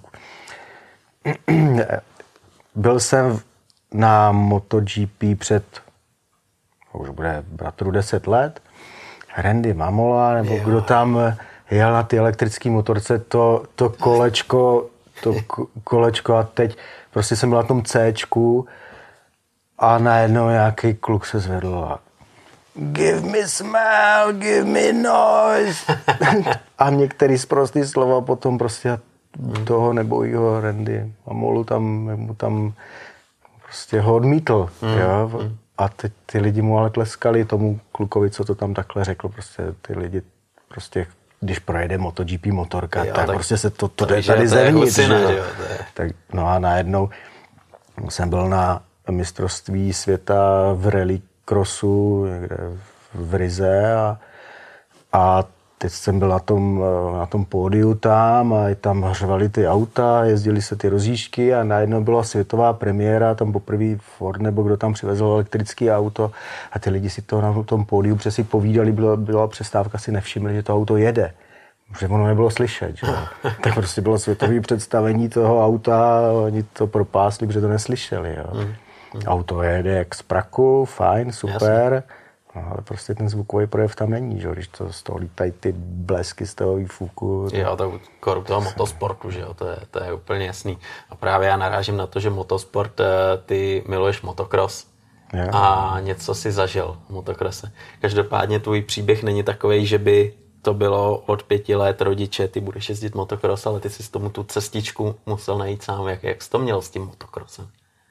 Byl jsem na MotoGP před, už bude bratru 10 let, Randy Mamola, nebo kdo tam jel na ty elektrické motorce, to kolečko a teď prostě jsem byl na tom Cčku a najednou nějaký kluk se zvedl a give me smell, give me noise. A některý zprostý slova potom prostě toho nebojího Randy Mamolu mu tam prostě ho odmítl, jo. A teď ty lidi mu ale tleskali, tomu klukovi, co to tam takhle řekl, prostě ty lidi prostě, když projede MotoGP motorka, jo, tak prostě se to jde tady zevnitř, tak no a najednou jsem byl na mistrovství světa v rallycrossu někde v Rize a teď jsem byl na tom pódiu tam a tam hřvaly ty auta, jezdily se ty rozjížďky a najednou byla světová premiéra, tam poprvé Ford nebo kdo tam přivezl elektrické auto a ty lidi si to na tom pódiu přesně povídali, byla přestávka, si nevšimli, že to auto jede. Protože ono nebylo slyšet, že? Tak prostě bylo světové představení toho auta, oni to propásli, protože to neslyšeli. Jo. Auto jede jak z praku, fajn, super, no, ale prostě ten zvukový projev tam není, že? Když to z toho lítají ty blesky z toho výfuku. Jo, to kor toho motosportu, že jo, to je úplně jasný. A právě já narážím na to, že motosport, ty miluješ motocross. Jo. A něco si zažil v motokrose. Každopádně tvůj příběh není takovej, že by to bylo od 5 let rodiče, ty budeš jezdit motocross, ale ty jsi tomu tu cestičku musel najít sám. Jak jsi to měl s tím motocrossem?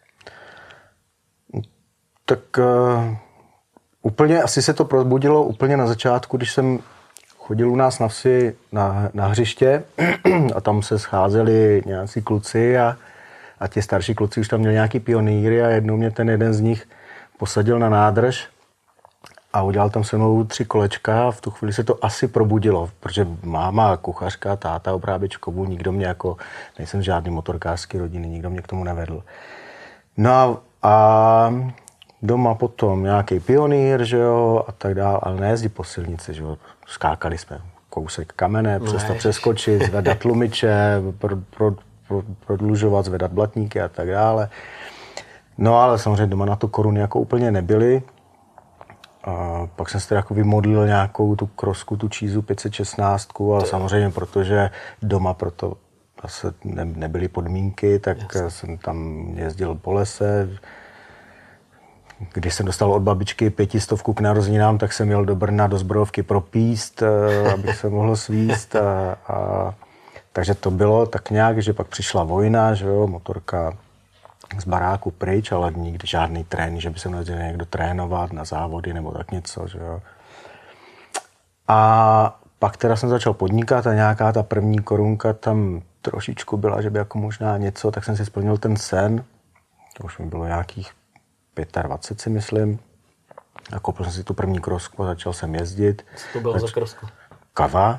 Tak úplně asi se to probudilo úplně na začátku, když jsem chodil u nás na vsi na hřiště a tam se scházeli nějací kluci a ti starší kluci už tam měli nějaký pionýry a jednou mě ten jeden z nich posadil na nádrž a udělal tam se mnou 3 kolečka a v tu chvíli se to asi probudilo, protože máma, kuchařka, táta obráběč kovů, nikdo mě jako, nejsem žádný motorkářský rodiny, nikdo mě k tomu nevedl. No a doma potom nějaký pionýr, že jo, a tak dál, ale nejezdí po silnici, že jo, skákali jsme kousek kamene, přes to přeskočit, zvedat tlumiče, prodlužovat, zvedat blatníky a tak dále. No ale samozřejmě doma na to koruny jako úplně nebyly. A pak jsem si jako vymodlil nějakou tu krosku, tu Čízu 516, ale samozřejmě, protože doma proto zase nebyly podmínky, tak jsem tam jezdil po lese. Když jsem dostal od babičky 500 k narozeninám, tak jsem jel do Brna do zbrojovky propíst, abych se mohl svíst. Takže to bylo tak nějak, že pak přišla vojna, že jo, motorka z baráku pryč, ale nikdy žádný trénink, že by se měl někdo trénovat na závody nebo tak něco, že jo. A pak teda jsem začal podnikat a nějaká ta první korunka tam trošičku byla, že by jako možná něco, tak jsem si splnil ten sen. To už mi bylo nějakých 25, si myslím. A koupil jsem si tu první krosku a začal jsem jezdit. Co to bylo za krosku? Kava.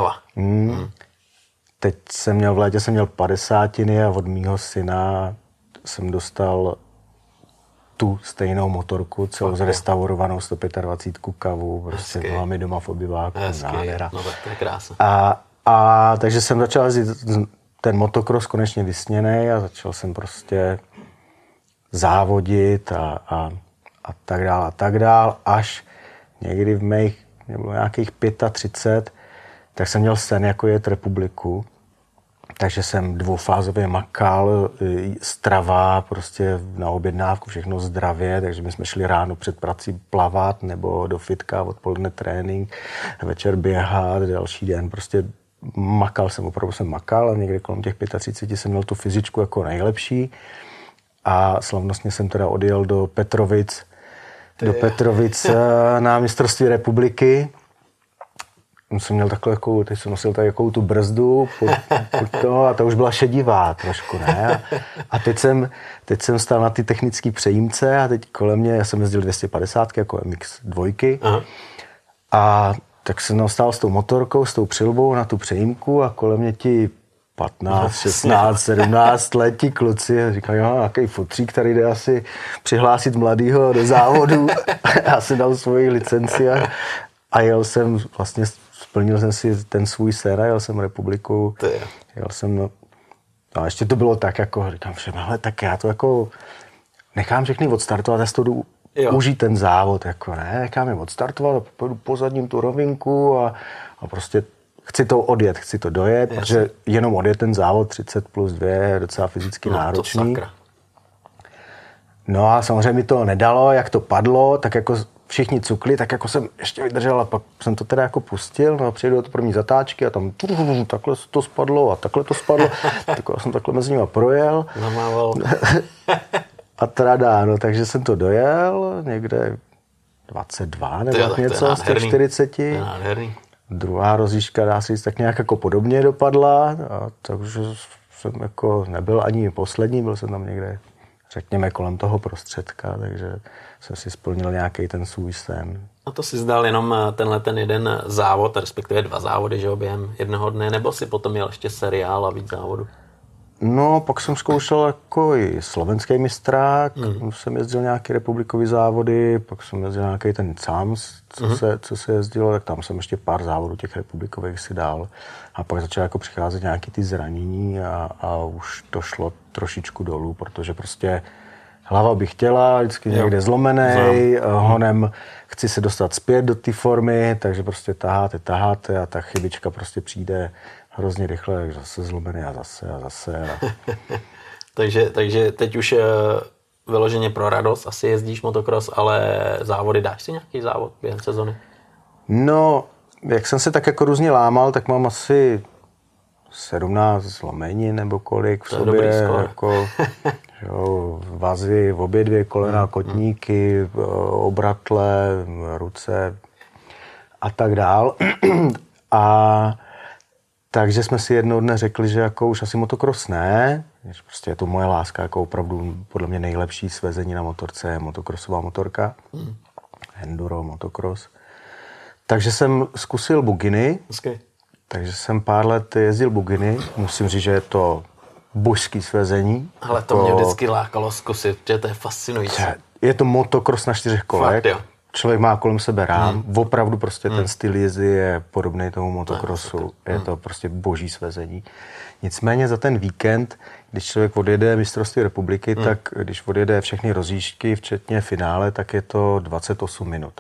Teď v létě jsem měl 50 a od mýho syna jsem dostal tu stejnou motorku, celou zrestaurovanou 125 kavu, prostě byla mi doma v obyváku, nádhera. No tak to je krása. A takže jsem začal jezdit ten motocross konečně vysněnej a začal jsem prostě závodit a tak dál, až někdy v mých, nebo nějakých 35, tak jsem měl sen jako jet republiku. Takže jsem dvoufázově makal, strava, prostě na objednávku, všechno zdravě, takže my jsme šli ráno před prací plavat nebo do fitka, odpoledne trénink, večer běhat, další den, prostě opravdu jsem makal a někde kolem těch 35 jsem měl tu fyzičku jako nejlepší a slavnostně jsem teda odjel do Petrovic na mistrovství republiky. Jsem měl takhle, teď jsem nosil takovou tu brzdu pod to, a to už byla šedivá trošku, ne? A teď jsem stál na ty technické přejímce a teď kolem mě, já jsem jezdil 250 jako MX2 a tak jsem stál s tou motorkou, s tou přilbou na tu přejímku a kolem mě ti 15, 16, 17 let ti kluci a říkali, jo, nějaký fotřík, tady jde asi přihlásit mladýho do závodu. Já jsem dal svoji licenci a jel jsem vlastně, splnil jsem si ten svůj sen a jel jsem republiku. Jel jsem, no a ještě to bylo tak, jako říkám všem, ale tak já to jako nechám všechny odstartovat, já si to jdu užít ten závod, jako ne, nechám je odstartovat a půjdu po zadním tu rovinku a prostě chci to odjet, chci to dojet, protože jenom odjet ten závod 30+2 je docela fyzicky náročný. No a samozřejmě mi to nedalo, jak to padlo, tak jako všichni cukli, tak jako jsem ještě vydržel a pak jsem to teda jako pustil, no a přijdu do té první zatáčky a tam takhle to spadlo a takhle to spadlo, tak já jsem takhle mezi nimi projel. Zamával. A teda, no, takže jsem to dojel někde 22 nebo něco z těch 40. Druhá rozjížďka, dá se říct, tak nějak jako podobně dopadla, a takže jsem jako nebyl ani poslední, byl jsem tam někde, řekněme, kolem toho prostředka, takže jsem si splnil nějaký ten svůj sen. A to si zdal jenom ten jeden závod, respektive 2 závody, že jo, během jednoho dne, nebo si potom měl ještě seriál a víc závodů? No, pak jsem zkoušel jako i slovenský mistrák, jsem jezdil nějaké republikové závody, pak jsem jezdil nějaký ten CAMS, co se jezdilo, tak tam jsem ještě pár závodů těch republikových si dal. A pak začalo jako přicházet nějaké ty zranění a už to trošičku dolů, protože prostě hlava by chtěla, vždycky někde zlomenej, honem chci se dostat zpět do té formy, takže prostě taháte a ta chybička prostě přijde hrozně rychle, takže zase zlomený a zase. takže teď už vyloženě pro radost asi jezdíš motocross, ale závody, dáš si nějaký závod během sezony? No, jak jsem se tak jako různě lámal, tak mám asi 17 zlomenin nebo kolik v sobě, jako vazy, obě 2 kolena, kotníky, obratle, ruce a tak dál. A takže jsme si jednoho dne řekli, že jako už asi motocross ne, že prostě je to moje láska, jako opravdu podle mě nejlepší svezení na motorce je motocrossová motorka, enduro, motocross. Takže jsem zkusil buginy, takže jsem pár let jezdil buginy, musím říct, že je to božský svezení. Ale to mě vždycky lákalo zkusit, že to je fascinující. Je to motocross na 4 kolech. Člověk má kolem sebe rám. Opravdu prostě ten styl jízdy je podobný tomu motocrossu. Je to prostě boží svezení. Nicméně za ten víkend, když člověk odjede mistrovství republiky, tak když odjede všechny rozjížďky, včetně finále, tak je to 28 minut.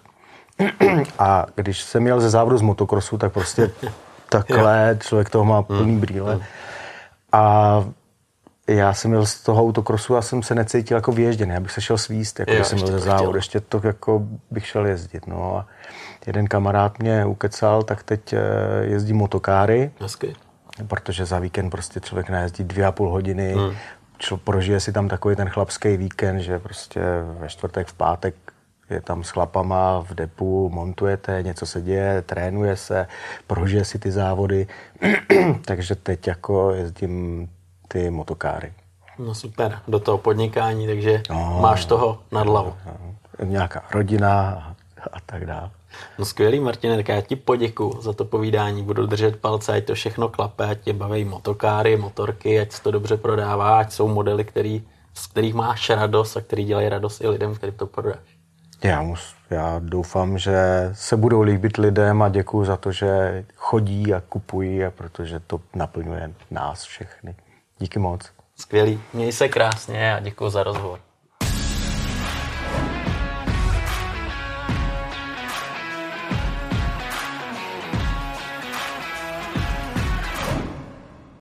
A když jsem měl ze závodu z motocrossu, tak prostě takhle člověk toho má plný brýle. A já jsem měl z toho autokrosu a jsem se necítil jako vyježděný, abych se šel svíst, jako když jsem měl ze závod, ještě to jako bych šel jezdit. No a jeden kamarád mě ukecal, tak teď jezdí motokáry, protože za víkend prostě člověk najezdí 2,5 hodiny, prožije si tam takový ten chlapský víkend, že prostě ve čtvrtek, v pátek je tam s chlapama v depu, montujete, něco se děje, trénuje se, prožije si ty závody, takže teď jako jezdím ty motokáry. No super, do toho podnikání, takže máš toho nad hlavu. Nějaká rodina a tak dále. No skvělý, Martine, tak já ti poděkuju za to povídání, budu držet palce, ať to všechno klape, ať tě baví motokáry, motorky, ať se to dobře prodává, ať jsou modely, z kterých máš radost a který dělají radost i lidem, kterým to prodáš. Já doufám, že se budou líbit lidem a děkuju za to, že chodí a kupují, a protože to naplňuje nás všechny. Díky moc. Skvělý, měj se krásně a děkuju za rozhovor.